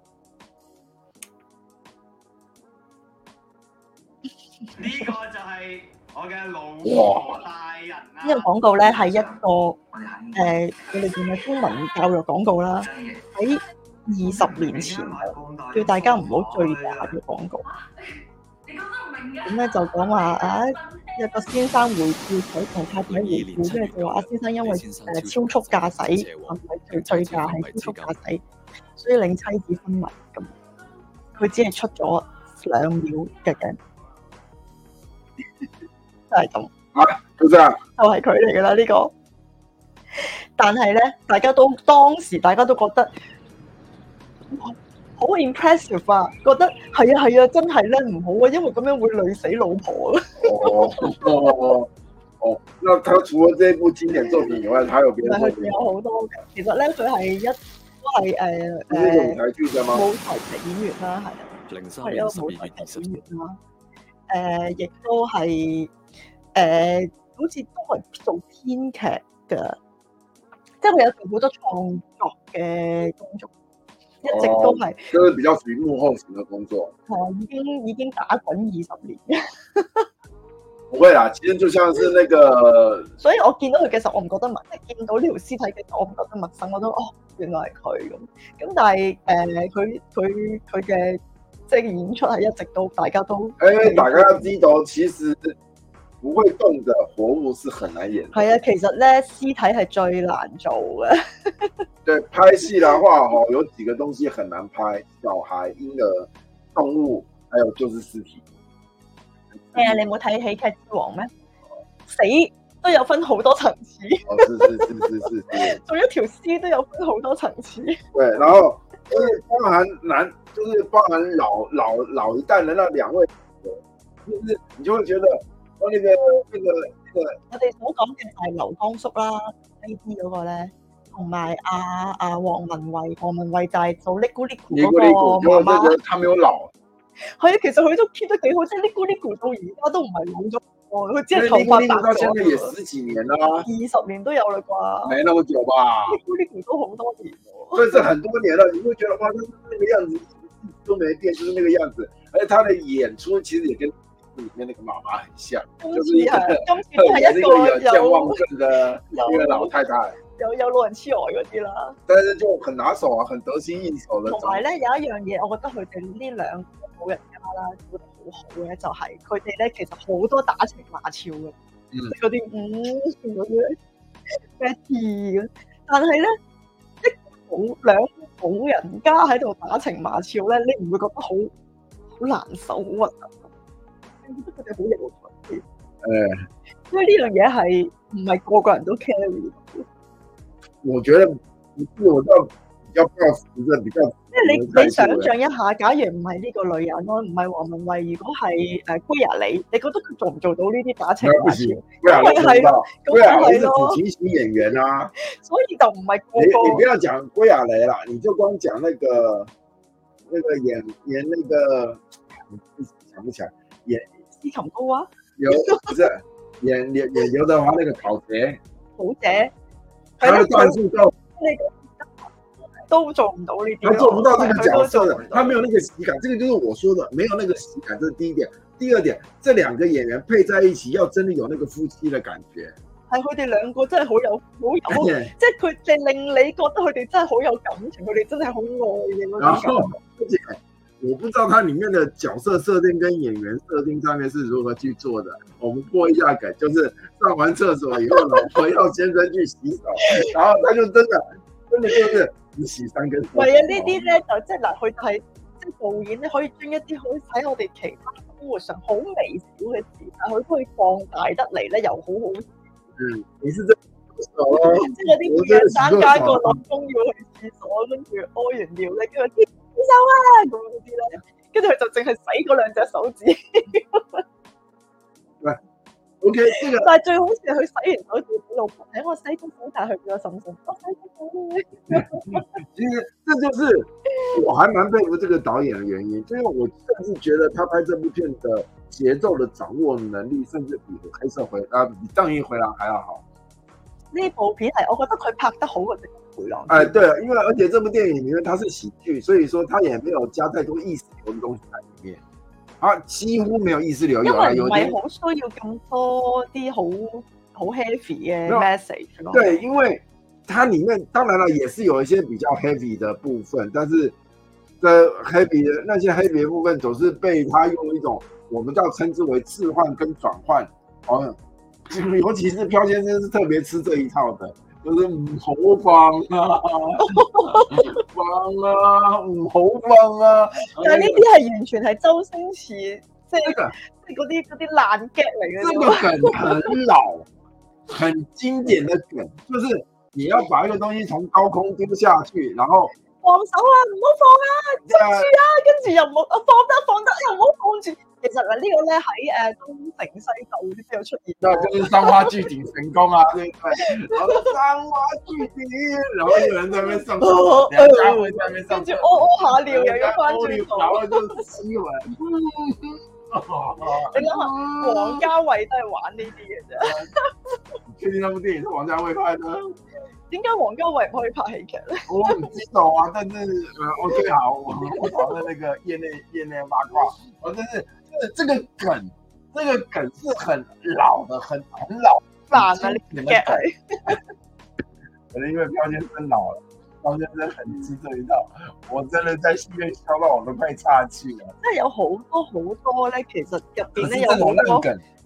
呢個就係我嘅老婆大人啦。呢個廣告咧係一個誒，我哋叫咩中文教育廣告啦。喺二十年前，叫大家唔好醉駕嘅廣告。咁咧就講話啊，一個先生回顧佢同太太回顧，跟住就話啊，先生因為誒超速駕駛，唔係醉醉駕，係超速駕駛，所以令妻子昏迷咁。佢只係出咗兩秒嘅鏡。就係咁啊，就這樣，就係佢嚟噶啦呢個。但係咧，大家都當時大家都覺得好 impressive 啊，覺得係啊係啊，真係咧唔好啊，因為咁樣會累死老婆啊。哦哦哦，那他除了這一部經典作品以外，他有別的作品？佢有好多嘅，其實咧佢係一都係誒誒舞台劇嘅嘛，舞台劇演員啦，係啊，係一個舞台劇演員啦。誒、呃，亦都係誒、呃，好似都係做編劇嘅，即係佢有做好多創作嘅工作，一直都係，即係比較屬於幕後型嘅工作。係啊，已經已經打滾二十年。唔會啦，其實就像是那個，所以我見到佢嘅時候，我唔覺得陌生，即係見到呢條屍體嘅時候，我唔覺得陌生，我都哦，原來係佢咁。咁但係誒，佢佢佢嘅。即係演出係一直都大家都，誒、欸，大家知道其實不會動的活物是很難演的。 係啊，其實咧屍體係最難做嘅。 對，拍戲的話，哦，有幾個東西很難拍，小孩、嬰兒、動物，還有就是屍體。 誒，你冇睇喜劇之王咩？死都有分好多層次。 哦，是是是是是是。 做一條屍都有分好多層次。 對，然後就是包含男，就是包含老老老一代的那兩位，就是你就會覺得，哦，那個那個那個， 我哋所講嘅就係劉江叔啦，呢啲嗰個咧，同埋阿阿黃文慧，黃文慧就係做嚦咕嚦咕嗰個媽媽。 就他沒有老。 係啊，其實佢都 keep 得幾好，即係嚦咕嚦咕到而家都唔係老咗。佢只係頭髮白咗。 到現在也十幾年啦， 二十年都有啦啩？ 沒那麼久吧？ 嚦咕嚦咕都好多年喎。 所以是很多年了，你會覺得哇，他那個樣子都沒變，就是那個樣子。而且他的演出其實也跟裏面那個媽媽很像，就是一個今次係一個有健忘症的一個老太太， 有有老人痴呆嗰啲啦。 但是就很拿手啊，很得心應手的。 同埋咧有一樣嘢，我覺得佢哋呢兩個老人家啦做得好好嘅，就係佢哋咧其實好多打情罵俏嘅，嗰啲嗯嗰啲 Betty 嘅，但係咧一好兩個老人家喺度打情罵俏咧，你唔會覺得好好難受、好核突？你覺得佢哋好有趣？ 誒， 因為呢樣嘢係唔係個個人都 carry 到。 我覺得不是，我倒比較抱持著比較。 即係你你想象一下，假如唔係呢個女人咯，唔係黃文慧，如果係誒歸亞李，你覺得佢做唔做到呢啲打情罵俏？因為係咯， 歸亞李是主題型演員啊， 所以就唔係個個。 你你不要講歸亞李啦，你就光講那個那個演演那個，想不起來演司琴高啊？ 有不是演演演劉德華那個桃姐， 桃姐， 他的段數都。 都做唔到呢啲， 他做不到這個角色的，他沒有那個喜感，這個就是我說的，沒有那個喜感，這是第一點。第二點，這兩個演員配在一起，要真的有那個夫妻的感覺。係佢哋兩個真係好有好有，即係佢哋令你覺得佢哋真係好有感情，佢哋真係好愛嘅嗰種感覺。然後， 而且我不知道它裡面的角色設定跟演員設定上面是如何去做的。我們播一下梗，就是上完廁所以後，老婆要先生去洗手，然後他就真的真的就是。洗三根手， 係啊！呢啲咧就即係嗱，佢係即係導演咧，可以將一啲可以喺我哋其他生活上好微小嘅事，但佢可以放大得嚟咧，又好好。 嗯，你是真手即係嗰啲每日三更個老公要去廁所，跟住屙完尿咧，跟住洗手啊咁嗰啲咧，跟住佢就淨係洗嗰兩隻手指。 喂，OK，這個， 但係最好似佢洗完手指俾老婆睇，我洗咗手，但係佢叫我嬸嬸，我洗咗手。 其實這就是我還蠻佩服這個導演的原因，因為我甚至覺得他拍這部片的節奏的掌握能力，甚至比黑社會啊，比蕩一回廊還要好。 呢部片係我覺得佢拍得好過《回廊》。 哎，對，因為而且這部電影裡面它是喜劇，所以說它也沒有加太多意識流的東西在裡面。啊，幾乎沒有意識流， 因為唔係好需要咁多啲好好 heavy 嘅 message 咯。 對，因為它裡面當然了，也是有一些比較 heavy 的部分，但是的 heavy 的那些 heavy 的部分，總是被他用一種我們叫稱之為置換跟轉換。哦，尤其是漂先生是特別吃這一套的。就是唔好放啊，唔放啊，唔好放啊！ 但係呢啲係完全係周星馳，即係即係嗰啲嗰啲爛 gag 嚟嘅。 這個梗很老，很經典的梗，就是你要把一個東西從高空丟下去，然後放手啊，唔好放啊，捉住啊，跟住又冇啊，放得放得又唔好放住。其實嗱，呢個咧喺誒東成西就嗰啲都有出現。那就是三花聚頂成功啊，對不對？然後三花聚頂，然後有人在那邊上廁，梁家輝在那邊上廁， 跟住屙屙下尿又要翻轉頭， 然後就吸完。 你諗下，王家衛都係玩呢啲嘅啫。 你確定那部電影是王家衛拍的？ 點解王家衛唔可以拍喜劇咧？ 我唔知道啊，但是呃 OK 好，我我討論那個業內業內八卦，我真是。這個梗，這個梗是很老的，很很老爛啊！你嘅可能因為漂先生老了，漂先生很吃這一套，我真的在戲院笑到我都快岔氣了。真係有好多好多咧，其實入邊咧有好多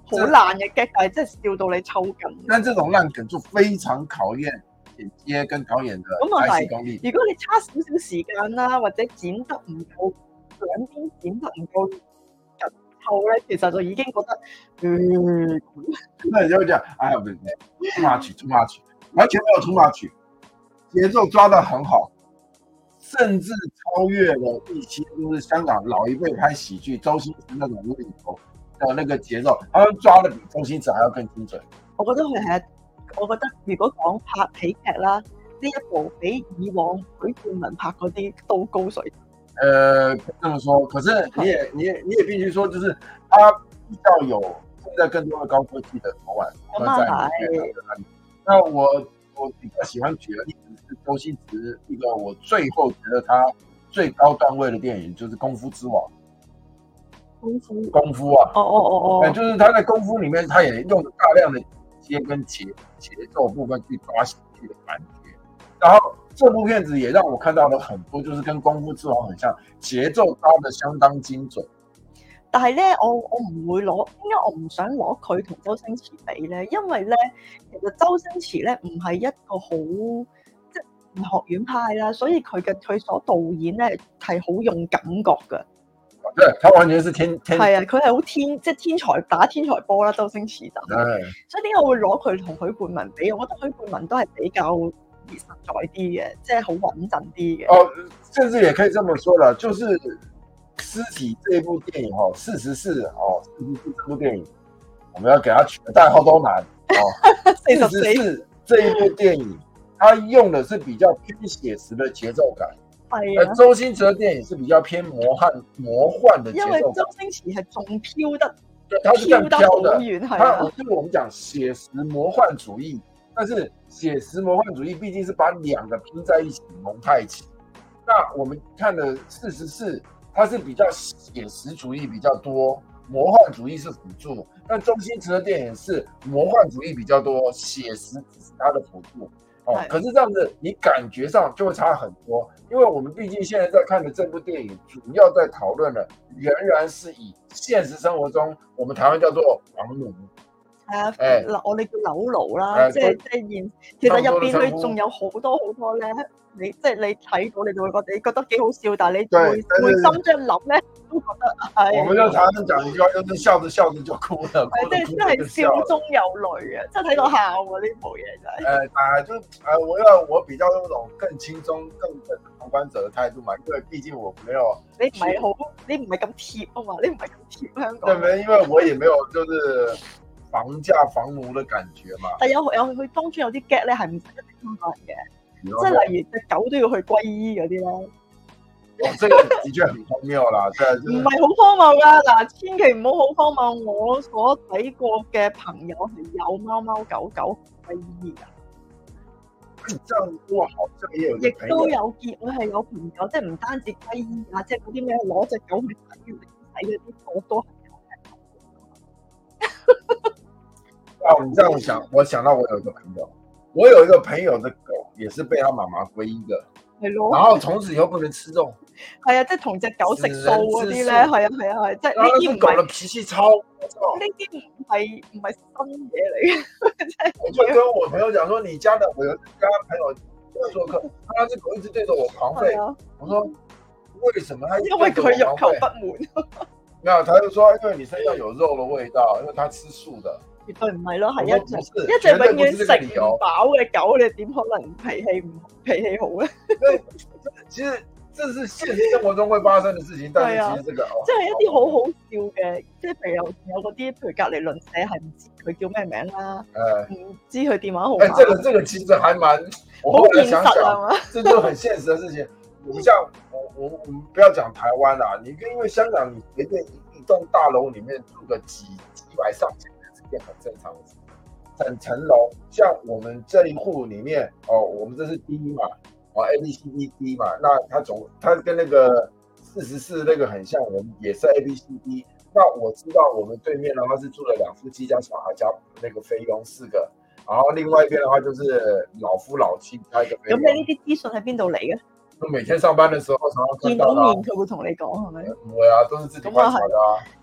好爛嘅 gag，但係真係笑到你抽筋。 但這種爛梗就非常考驗剪接跟導演嘅拍戲功力。 如果你差少少時間啦，或者剪得唔夠，兩邊剪得唔夠緊湊咧，其實就已經覺得，嗯， 那你就會講，哎呀，唔係 too much too much，完全沒有 too much，節奏抓得很好，甚至超越了一些就是香港老一輩拍喜劇，周星馳那種無厘頭的那個節奏，他們抓得比周星馳還要更精準。 我覺得佢係，我覺得如果講拍喜劇啦，呢一部比以往許冠文拍嗰啲都高水。呃， 這麼說，可是你也你也你也必須說，就是他比較有現在更多的高科技的頭腕。咁啊係。那我我比較喜歡舉的例子是周星馳一個我最後覺得他最高段位的電影，就是《功夫之王》。功夫功夫啊！哦哦哦哦，就是他在功夫裡面，他也用了大量的接跟節節奏部分去抓喜劇的感覺。然後這部片子也讓我看到了很多，就是跟《功夫之王》很像，節奏抓得相當精準。但係咧，我我唔會攞，點解我唔想攞佢同周星馳比咧？因為咧，其實周星馳咧唔係一個好即係學院派啦，所以佢嘅佢所導演咧係好用感覺㗎。對，他完全是天天係啊，佢係好天即係天才打天才波啦，周星馳就係。所以點解我會攞佢同許冠文比？我覺得許冠文都係比較實在啲嘅，即係好穩陣啲嘅。哦，甚至也可以這麼說啦，就是屍體這一部電影哦，四十四哦，四十四這部電影，我們要給他取的代號都難哦。四十四這一部電影，它用的是比較偏寫實的節奏感。係啊，周星馳的電影是比較偏魔幻魔幻的節奏感。因為周星馳係仲飄得，對，他是更飄的。係啊，就是我們講寫實魔幻主義，但是寫實魔幻主義畢竟是把兩個拼在一起蒙太奇。那我們看的四十四，它是比較寫實主義比較多，魔幻主義是輔助。但周星馳的電影是魔幻主義比較多，寫實只是它的輔助。哦，可是這樣子，你感覺上就會差很多，因為我們畢竟現在在看的這部電影，主要在討論的仍然是以現實生活中，我們台灣叫做房奴。係啊，嗱、欸，我哋叫樓奴啦，即係即係現，其實入邊佢仲有好多好多咧，你即係你睇到，你就會覺得你覺得幾好笑，但係你會會心即係諗咧，都覺得係。我們就常常講一句話，就是笑着笑着就哭了，係即係真係笑中有淚嘅，真係睇到喊喎呢部嘢就係。誒、呃，但係就誒、呃，我要我比較嗰種更輕鬆、更更旁觀者嘅態度嘛，因為畢竟我沒有你唔係好，你唔係咁貼啊嘛，你唔係咁貼香港。對，因為我也沒有就是。房價房奴嘅感覺嘛，但有有佢當中有啲 get 咧係唔使一啲香港人嘅，即係例如隻狗都要去歸依嗰啲咧。哦，這個的確很荒謬啦，即係唔係好荒謬噶嗱，千祈唔好好荒謬。我所睇過嘅朋友係有貓貓狗狗歸依噶。這樣哇，好像也有亦都有見，我係有朋友即係唔單止歸依啊，即係嗰啲咩攞隻狗去洗靈洗嗰啲，我都係有嘅。哦，你這樣想，我想到我有一個朋友，我有一個朋友的狗也是被他媽媽歸依的，係咯，然後從此以後不能吃肉，係啊，即係同隻狗食素嗰啲咧，係啊係啊係，即係呢啲唔係。狗嘅脾氣超，呢啲唔係唔係新嘢嚟嘅。我就跟我朋友講說，你家的我有家朋友在做客，他隻狗一直對着我狂吠，啊，我說為什麼他？因為佢欲求不滿。那他就說，因為你身上有肉的味道，因為他吃素的。絕對唔係咯，係一隻一隻永遠食唔飽嘅狗，你點可能脾氣唔脾氣好咧？其實這是現實生活中會發生嘅事情，但係其實這個即係一啲好好笑嘅，即係譬如有有嗰啲，譬如隔離鄰舍係唔知佢叫咩名啦，唔知佢電話號碼。誒，這個這個其實還蠻，我後來想想，這就很現實嘅事情。你像我我我們不要講台灣啦，你因為香港，你隨便一棟大樓裡面住個幾幾百上千。也很正常的事，整層樓，像我們這一戶裡面哦，我們這是 D 嘛，哦 A B C D D 嘛，那它總它跟那個四十四那個很像，我們也是 A B C D。那我知道我們對面的話是住了兩夫妻加小孩加那個菲傭四個，然後另外一邊的話就是老夫老妻加一個菲傭。咁你呢啲資訊喺邊度嚟嘅？我每天上班的時候常常見到面，佢會同你講係咪？唔會啊，都是自己觀察的啊。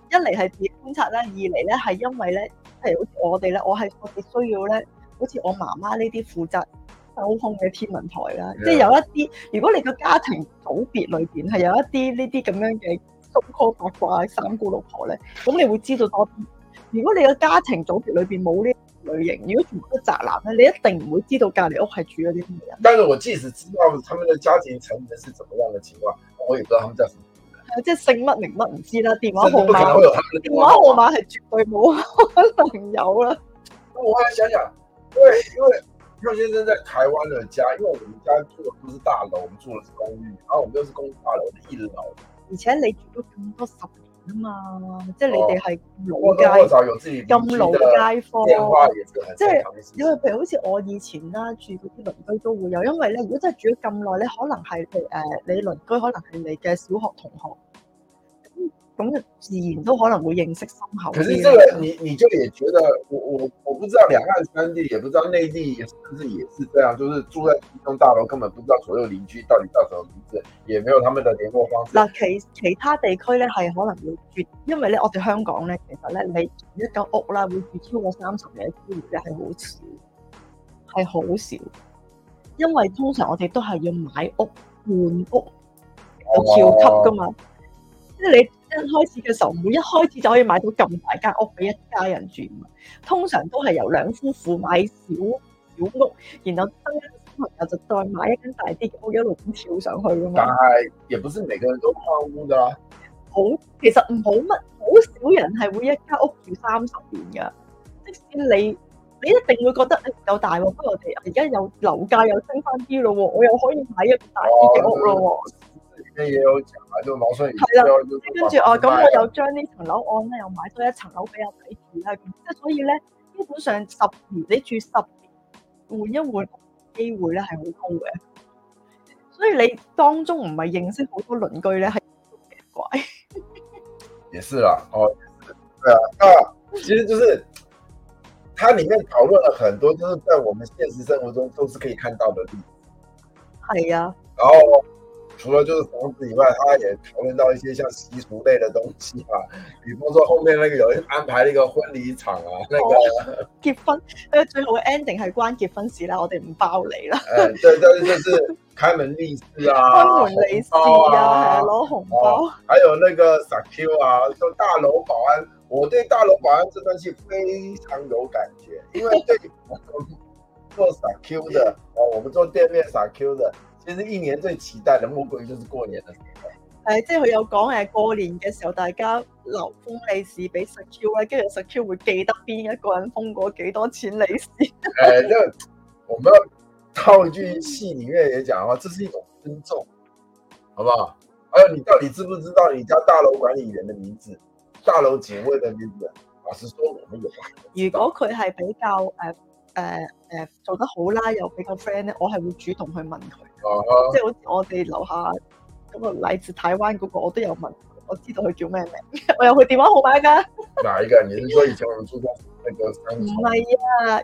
一嚟係自己觀察啦，二嚟咧係因為咧，譬如好似我哋咧，我係我哋需要咧，好似我媽媽呢啲負責收空嘅天文台啦，即係有一啲，如果你個家庭組別裏邊係有一啲呢啲咁樣嘅so called八卦三姑六婆咧，咁你會知道多啲。如果你個家庭組別裏邊冇呢類型，如果全部都宅男咧，你一定唔會知道隔離屋係住咗啲乜人。 但是我即使知道他們的家庭成員是怎麼樣的情況，我也不知道他們叫什麼。 即係姓乜名乜唔知啦，電話號碼電話號號碼係絕對冇可能有啦。 我後來想想，因為因為邱先生在台灣的家，因為我們家住的不是大樓，我們住的是公寓，然後我們又是公寓大樓的一樓。而且你住咗咁多十年啊嘛，即係你哋係老街， 咁老街坊， 電話也是很即係因為譬如好似我以前啦，住嗰啲鄰居都會有，因為咧如果真係住咗咁耐咧，可能係誒、呃、你鄰居可能係你嘅小學同學。咁就自然都可能會認識深厚。 可是這個你你就也覺得，我我我不知道兩岸三地，也不知道內地，甚至也是這樣，就是住在一棟大樓，根本不知道左右鄰居到底叫什麼名字，也沒有他們的聯絡方式。嗱， 其其他地區咧係可能會住，因為咧我哋香港咧，其實咧你一間屋啦會住超過三十年嘅機會咧係好少，係好少，因為通常我哋都係要買屋換屋有跳級噶嘛，即係你。一開始嘅時候唔會一開始就可以買到咁大間屋俾一家人住嘛，通常都係由兩夫婦買小小屋，然後生小朋友就再買一間大啲嘅屋，一路咁跳上去噶嘛。 但係也不是每個人都換屋噶啦。 好，其實唔好乜，好少人係會一間屋住三十年噶。即使你你一定會覺得誒夠大喎，不過我哋而家有樓價又升翻啲咯，我又可以買一個大啲嘅屋咯。 也有講啊，就毛舜筠係啦，跟住哦，咁我又將呢層樓按咧，又買多一層樓俾阿仔住啦。即係所以咧，基本上十年你住十年換一換機會咧係好高嘅。所以你當中唔係認識好多鄰居咧，係奇怪。 也是啦，哦，對啊，那其實就是它裡面討論了很多，就是在我們現實生活中都是可以看到的例子。 係啊， 然後。除了就是房子以外，他也討論到一些像習俗類的東西啊，比方說後面那個有人安排了一個婚禮場啊，那個、哦、結婚，誒最後 ending 係關結婚事啦，我哋唔包你啦。誒、嗯，對，但是就是開門利是啊， 開門利是啊，攞紅包、 啊，還有那個 S A Q 啊，說大樓保安，我對大樓保安這段戲非常有感覺，因為對我們做 S A Q 的，哦，我們做店面 S A Q 的。其實一年最期待的莫過於就是過年的時候。 誒，即係佢有講誒，過年嘅時候大家留封利是俾 S A Q 咧，跟住 S A Q 會記得邊一個人封過幾多錢利是。誒， 那我們要套一句戲裡面也講嘅話，這是一種尊重，好不好？還有你到底知不知道你家大樓管理員的名字、大樓警衛的名字？老實說，我們也如果佢係比較誒誒誒做得好啦，又比較 friend 咧，我係會主動去問佢。Uh-huh. 即係好似我哋樓下嗰個嚟自台灣嗰個，我都有問，我知道佢叫咩名，我有佢電話號碼㗎。哪一個？你是說以前我們住過那個三重？唔係啊，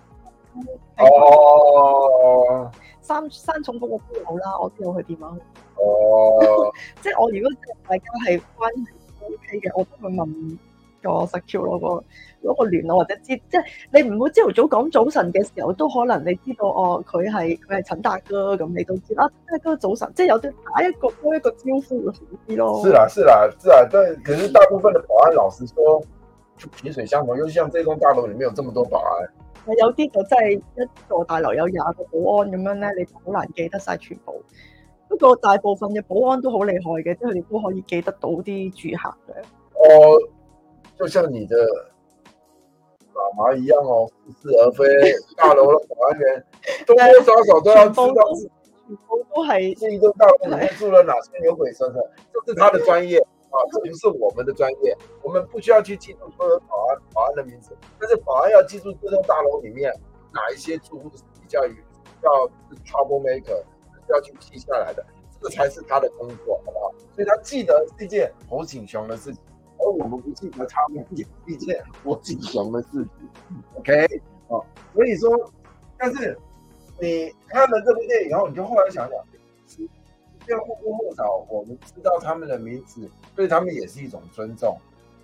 哦，三三重嗰個都有啦，我都有佢電話號碼。哦、uh-huh. 即係我如果大家係關係 OK 嘅，我都會問個 S A Q 嗰個。嗰個聯絡或者知，即係你唔會朝頭早講早晨嘅時候，都可能你知道哦，佢係佢係陳大哥咁，你都知啊，大哥早晨，即係有啲打一個多一個招呼會好啲咯。是啦，是啦，是啦，但可是大部分嘅保安，老實說，就萍水相逢，尤其像這棟大樓裡面有這麼多保安，有啲就真係一座大樓有廿個保安咁樣咧，你好難記得晒全部。不過大部分嘅保安都好厲害嘅，即係佢哋都可以記得到啲住客嘅。哦，就像你的媽媽一樣哦，似是而非。大樓的保安員多多少少都要知道，全部都係這一棟大樓裡面住了哪些牛鬼蛇神，這是他的專業啊，這不是我們的專業。我們不需要去記住所有保安保安的名字，但是保安要記住這棟大樓裡面哪一些住戶是比較比較 trouble maker，是要去記下來的，這個才是他的工作，好不好？所以他記得是一件侯景雄的事情。而我們不記得他們也是一件我景雄的事情 ，OK，哦，所以說，但是你看了這部電影以後，你就後來想想，這樣或多或少我們知道他們的名字，對他們也是一種尊重。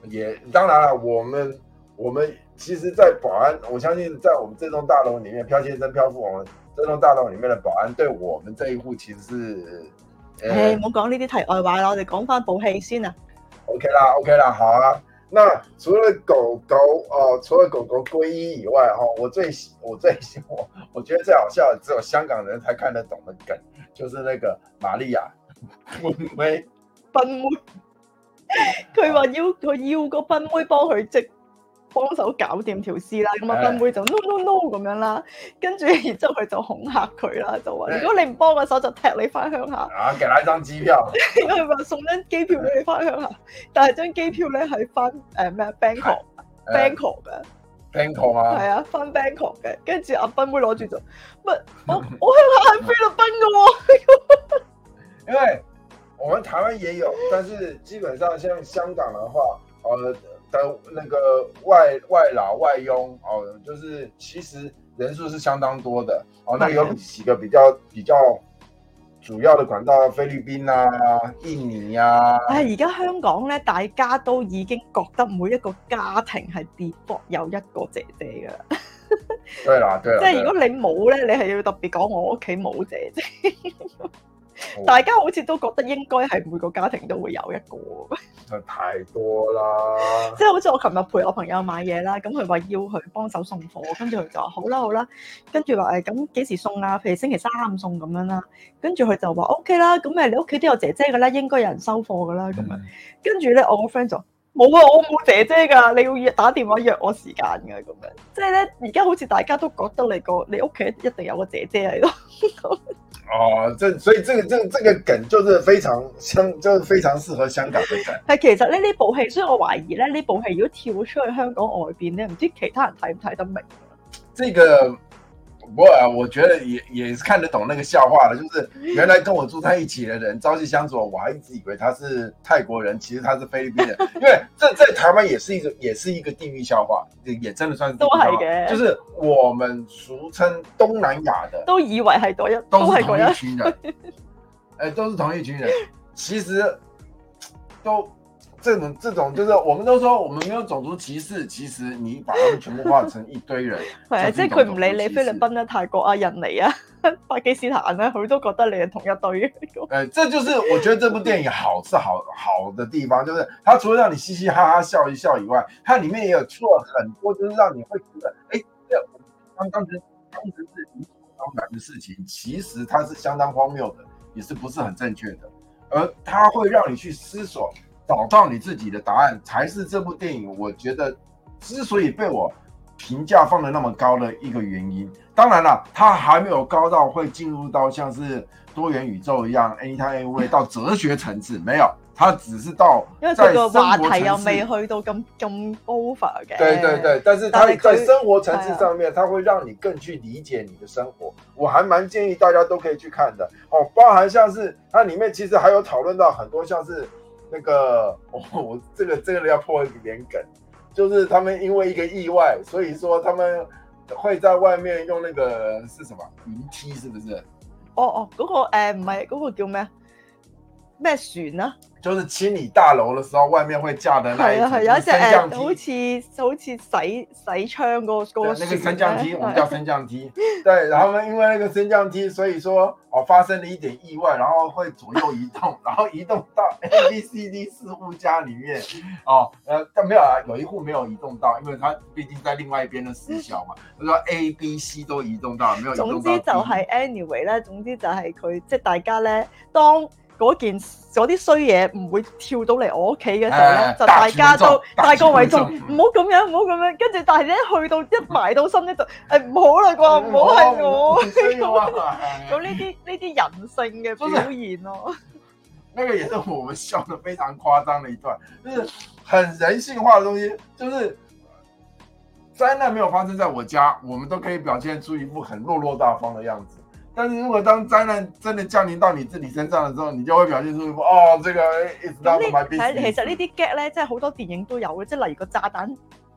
也当然了，我们我们其实，在保安，我相信在我们这栋大楼里面，漂先生、漂富王这栋大楼里面的保安，对我们这一户其实是， 誒唔好講呢啲題外話啦，我哋講翻部戲先啊。 OK 啦 ，OK 啦，好啊。那除了狗狗哦、呃，除了狗狗皈依以外，哈、哦，我最我最我我覺得最好笑的，只有香港人才看得懂的梗，就是那個瑪利亞賓妹， 賓妹，佢話要佢要個賓妹幫佢即幫手搞掂條屍啦，咁啊賓妹就 no no no 咁樣啦，跟住然之後佢就恐嚇佢啦，就話如果你唔幫個手就踢你翻鄉下， 啊，給他一張機票， 佢話送張機票俾你翻鄉下，但係張機票咧係翻誒咩 Bangkok Bangkok 嘅 Bangkok 啊， 係啊翻 Bangkok 嘅，跟住阿賓妹攞住就乜我我鄉下喺菲律賓嘅喎， 因為我們台灣也有，但是基本上像香港的話，呃。的那個外外勞外傭哦，就是其實人數是相當多的哦。那有幾個比較比較主要的管道，菲律賓啊、印尼啊。 唉，而家香港咧，大家都已經覺得每一個家庭係 default 有一個姐姐噶啦。 對啦，對啦。即係如果你冇咧，你係要特別講我屋企冇姐姐。大家好似都覺得應該係每個家庭都會有一個， 太多啦！ 即係好似我琴日陪我朋友買嘢啦，咁佢話要佢幫手送貨，跟住佢就話好啦好啦，跟住話誒咁幾時送啊？譬如星期三送咁樣啦，跟住佢就話 O K 啦，咁誒你屋企都有姐姐㗎啦，應該有人收貨㗎啦咁樣，跟住咧我個 friend 就冇啊，我冇姐姐㗎，你要約打電話約我時間㗎咁樣，即係咧而家好似大家都覺得你個你屋企一定有個姐姐喺度。 哦，這所以這個這個這個梗就是非常香，就是非常適合香港的梗。 係其實咧呢部戲，所以我懷疑咧呢部戲如果跳出去香港外邊咧，唔知其他人睇唔睇得明。 這個我我覺得也也是看得懂那個笑話的，就是原來跟我住在一起的人朝夕相處，我還一直以為他是泰國人，其實他是菲律賓人，因為這在台灣也是一個也是一個地域笑話，也真的算是地域笑話，都係嘅，就是我們俗稱東南亞的，都以為係嗰一，都是同一群人，誒、欸，都是同一群人，其實都。這種這種就是，我們都說我們沒有種族歧視，其實你把他們全部化成一堆人，係啊，即係佢唔理你菲律賓啊、泰國啊、印尼啊、巴基斯坦啊，佢都覺得你係同一堆。誒、呃，這就是我覺得這部電影好是好好的地方，就是它除了讓你嘻嘻哈哈笑一笑以外，它裡面也有做很多，就是讓你會覺得，誒，這剛當時當時是理所當然的事情，其實它是相當荒謬的，也是不是很正確的，而它會讓你去思索。找到你自己的答案，才是這部電影我覺得之所以被我評價放得那麼高的一個原因。當然了，它還沒有高到會進入到像是多元宇宙一樣 anytime anywhere 到哲學層次，沒有，它只是到因為這個話題又未去到咁咁 over 嘅。對對對，但是它在生活層次上面，它會讓你更去理解你的生活。我還蠻建議大家都可以去看的哦，包含像是它裡面其實還有討論到很多像是。那個，我、哦、我這個這個要破一點梗，就是他們因為一個意外，所以說他們會在外面用那個是什麼雲梯，是不是？哦哦，嗰、那個誒唔係嗰個叫咩咩船啊？就是清理大樓的時候，外面會架的那一種，係啊係有一隻誒，好似好似洗洗窗嗰個嗰個那個升降梯，我們叫升降梯。對，然後呢，因為那個升降梯，所以說哦發生了一點意外，然後會左右移動，然後移動到 A B C D 四戶家裡面。哦，呃，但沒有啊，有一戶沒有移動到，因為它畢竟在另外一邊的死角嘛。佢說 A、B、C 都移動到，沒有移動到。總之就係 anyway 咧，總之就係佢即係大家咧當。嗰件嗰啲衰嘢唔會跳到嚟我屋企嘅時候咧、哎，就大家都大個為重，唔好咁樣，唔好咁樣。跟住，但係咧去到一埋到心咧，就誒唔好啦啩，唔好係我。咁呢啲呢啲人性嘅表現咯。那個也是我們笑得非常誇張的一段，就是很人性化的東西，就是災難沒有發生在我家，我們都可以表現出一副很落落大方的樣子。但是如果當災難真的降臨到你自己身上的時候，你就會表現出哦，這個 it's not my business。其實呢啲 gag 咧，即係好多電影都有嘅，即係例如個炸彈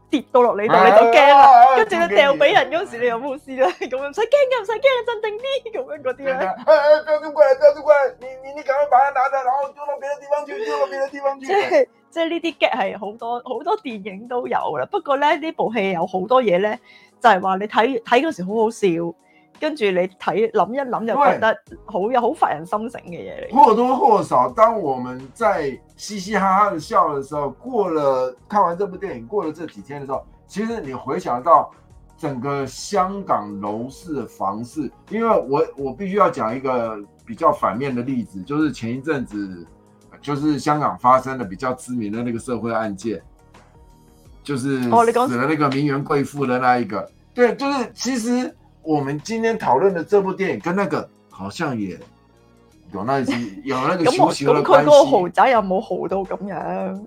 跌到落你度，你就驚啦。跟住你掉俾人嗰時，你有冇試咧？咁樣唔使驚嘅，唔使驚嘅，鎮定啲咁樣嗰啲咧。 誒誒，不要過來，不要過來，你你你趕快把它拿着，然後丟到別的地方去，丟到別的地方去。 即係即係呢啲 get 係好多好多電影都有啦。不過咧呢部戲有好多嘢咧，就係話你睇睇嗰時好好笑。跟住你睇諗一諗就覺得好有好發人心醒嘅嘢嚟。 或多或少，當我們在嘻嘻哈哈的笑的時候，過了看完這部電影，過了這幾天的時候，其實你回想到整個香港樓市的房市，因為我我必須要講一個比較反面的例子，就是前一陣子就是香港發生的比較知名的那個社會案件，就是死了那個名媛貴婦的那一個。對，就是其實。我們今天討論的這部電影跟那個好像也有那有那個小小的關係。咁佢嗰個豪宅有冇豪到咁樣？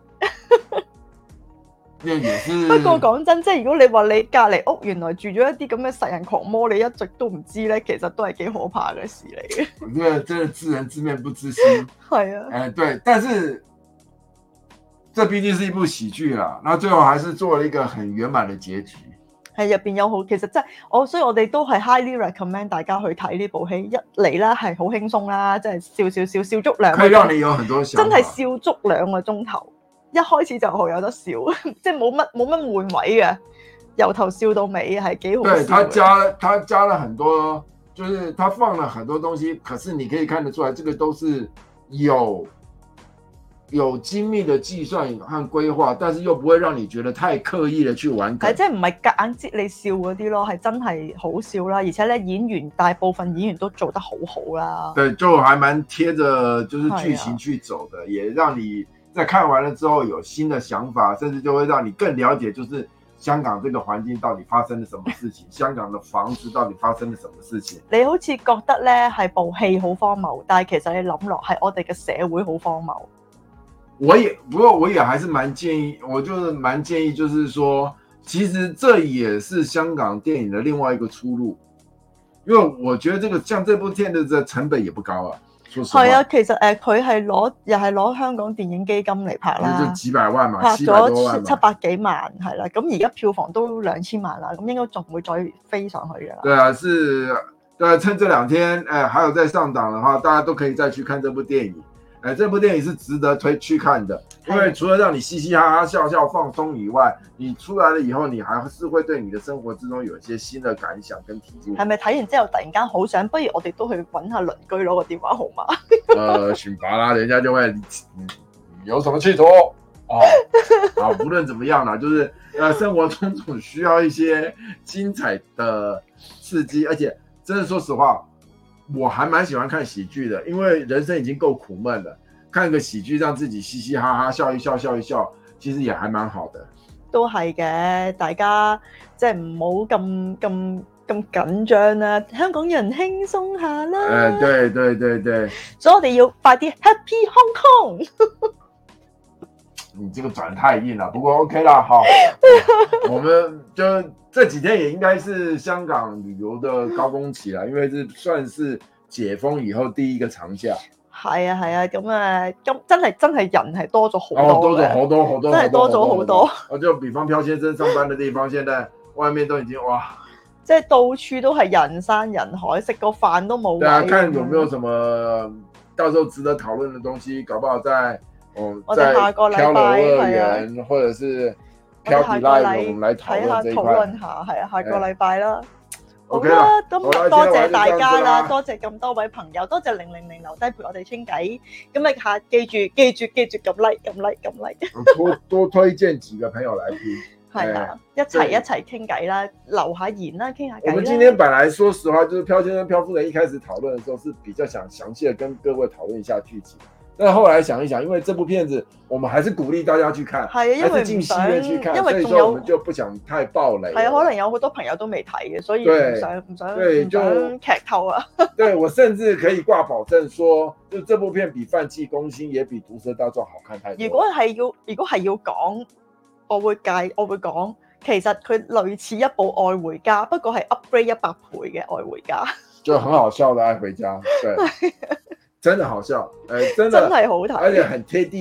也是。不過講真，即係如果你話你隔離屋原來住咗一啲咁嘅殺人狂魔，你一直都唔知咧，其實都係幾可怕嘅事嚟嘅。我覺得真係知人知面不知心。係啊。誒、呃，對，但是這畢竟是一部喜劇啦，那最後還是做了一個很圓滿的結局。係入邊有好，其實真係我，所以我哋都係 highly recommend 大家去睇呢部戲。一嚟啦係好輕鬆啦，即係笑笑笑笑足兩個鐘，可以讓你有很多想法，真係笑足兩個鐘頭。一開始就好有得笑，即係冇乜冇乜悶位嘅，由頭笑到尾係幾好笑。對，他加他加了很多，就是他放了很多東西，可是你可以看得出來，這個都是有。有精密的計算和規劃，但是又不會讓你覺得太刻意的去玩梗。係即係唔係夾硬擠你笑嗰啲咯，係真係好笑啦，而且咧演員大部分演員都做得好好啦。對，就還蠻貼着就是劇情去走的，啊，也讓你在看完了之後有新的想法，甚至就會讓你更了解就是香港這個環境到底發生了什麼事情，香港的房子到底發生了什麼事情。你好似覺得咧係部戲好荒謬，但係其實你諗落係我哋嘅社會好荒謬。我也不過我也還是蠻建議，我就是蠻建議，就是說，其實這也是香港電影的另外一個出路，因為我覺得這個像這部片的這成本也不高啊。係啊，其實誒，佢係攞又係攞香港電影基金嚟拍啦，就幾百萬嘛，拍咗七百幾萬係啦，咁而家票房都兩千萬啦，咁應該仲會再飛上去嘅啦。對啊，是，對，趁這兩天誒、哎，還有在上檔的話，大家都可以再去看這部電影。誒，這部電影是值得推去看的，因為除了讓你嘻嘻哈哈笑笑放鬆以外，你出來了以後，你還是會對你的生活之中有一些新的感想跟體悟。係咪睇完之後突然間好想，不如我哋都去揾下鄰居攞個電話號碼？呃，選拔啦，人家就會，嗯，有什麼企圖？哦，啊，無論怎麼樣啦，就是，呃，生活中總需要一些精彩的刺激，而且真的說實話。我還蠻喜歡看喜劇的，因為人生已經夠苦悶了，看個喜劇讓自己嘻嘻哈哈笑一笑笑一笑，其實也還蠻好的。都係嘅，大家即係唔好咁咁咁緊張啦，香港人輕鬆下啦。誒、呃，對對對對，所以我哋要快啲 Happy Hong Kong。你這個轉太硬了，不過 OK 啦，好，我們就這幾天也應該是香港旅遊的高峰期啦，因為這算是解封以後第一個長假。係啊係啊，咁啊，咁真係真係人係多咗好多，哦，多咗好多好多，真係多咗好多。我就比方飄先生上班的地方，現在外面都已經哇，即係到處都係人山人海，食個飯都冇。對啊，看有沒有什麼到時候值得討論的東西，搞不好在。哦、我哋下個禮拜係啊，或者是漂皮 live，我們來討論這一塊，討論下係啊，下個禮拜啦。好啦，咁多謝大家啦，多謝咁多位朋友，多謝零零零留低陪我哋傾偈。咁你下記住記住記住撳 like 撳 like 撳 like，多多推薦幾個朋友來聽，係啊，一齊一齊傾偈啦，留下言啦，傾下偈。我們今天本來說實話，就是漂先生、漂夫人一開始討論的時候，是比較想詳細的跟各位討論一下劇情。但後來想一想，因為這部片子，我們還是鼓勵大家去看，係啊，因為進戲院去看，因為所以說我們就不想太暴雷。係啊，可能有好多朋友都未睇嘅，所以唔想唔想唔想劇透啊。對，我甚至可以掛保證說，就這部片比《飯氣攻心》也比《毒舌大狀》好看太多。如果係要，如果係要講，我會介，我會講，其實佢類似一部《愛回家》，不過係 upgrade 一百倍嘅《愛回家》，就很好笑的《愛回家》。對。真的好笑，誒、欸，真的真係好睇，而且很貼地，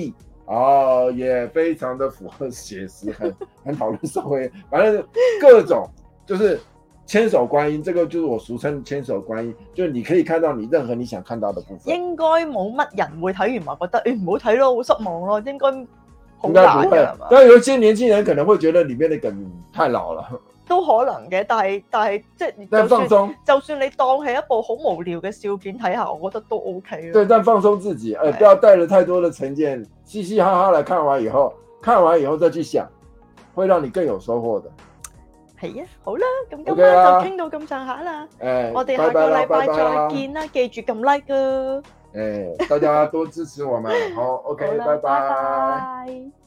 哦，也非常的符合写实，很很讨论社會，反正各種就是千手觀音，這個就是我俗稱千手觀音，就是你可以看到你任何你想看到的部分。應該冇乜人會睇完話覺得誒唔好睇咯，好失望咯，應該好應該不會，但有一些年輕人可能會覺得裡面的梗太老了。都可能嘅，但係但係即係， 但放鬆， 就算你當係一部好無聊嘅笑片睇下，我覺得都 OK 咯。 對，但放鬆自己，誒、呃，不要帶着太多的成見，嘻嘻哈哈來看完以後，看完以後再去想，會讓你更有收穫的。 係啊，好啦，咁今晚就傾到咁上下啦。誒、okay 啊，我哋下個禮拜再見啦，記住撳 like 啊。 誒，大家多支持我們，好 ，OK，拜拜。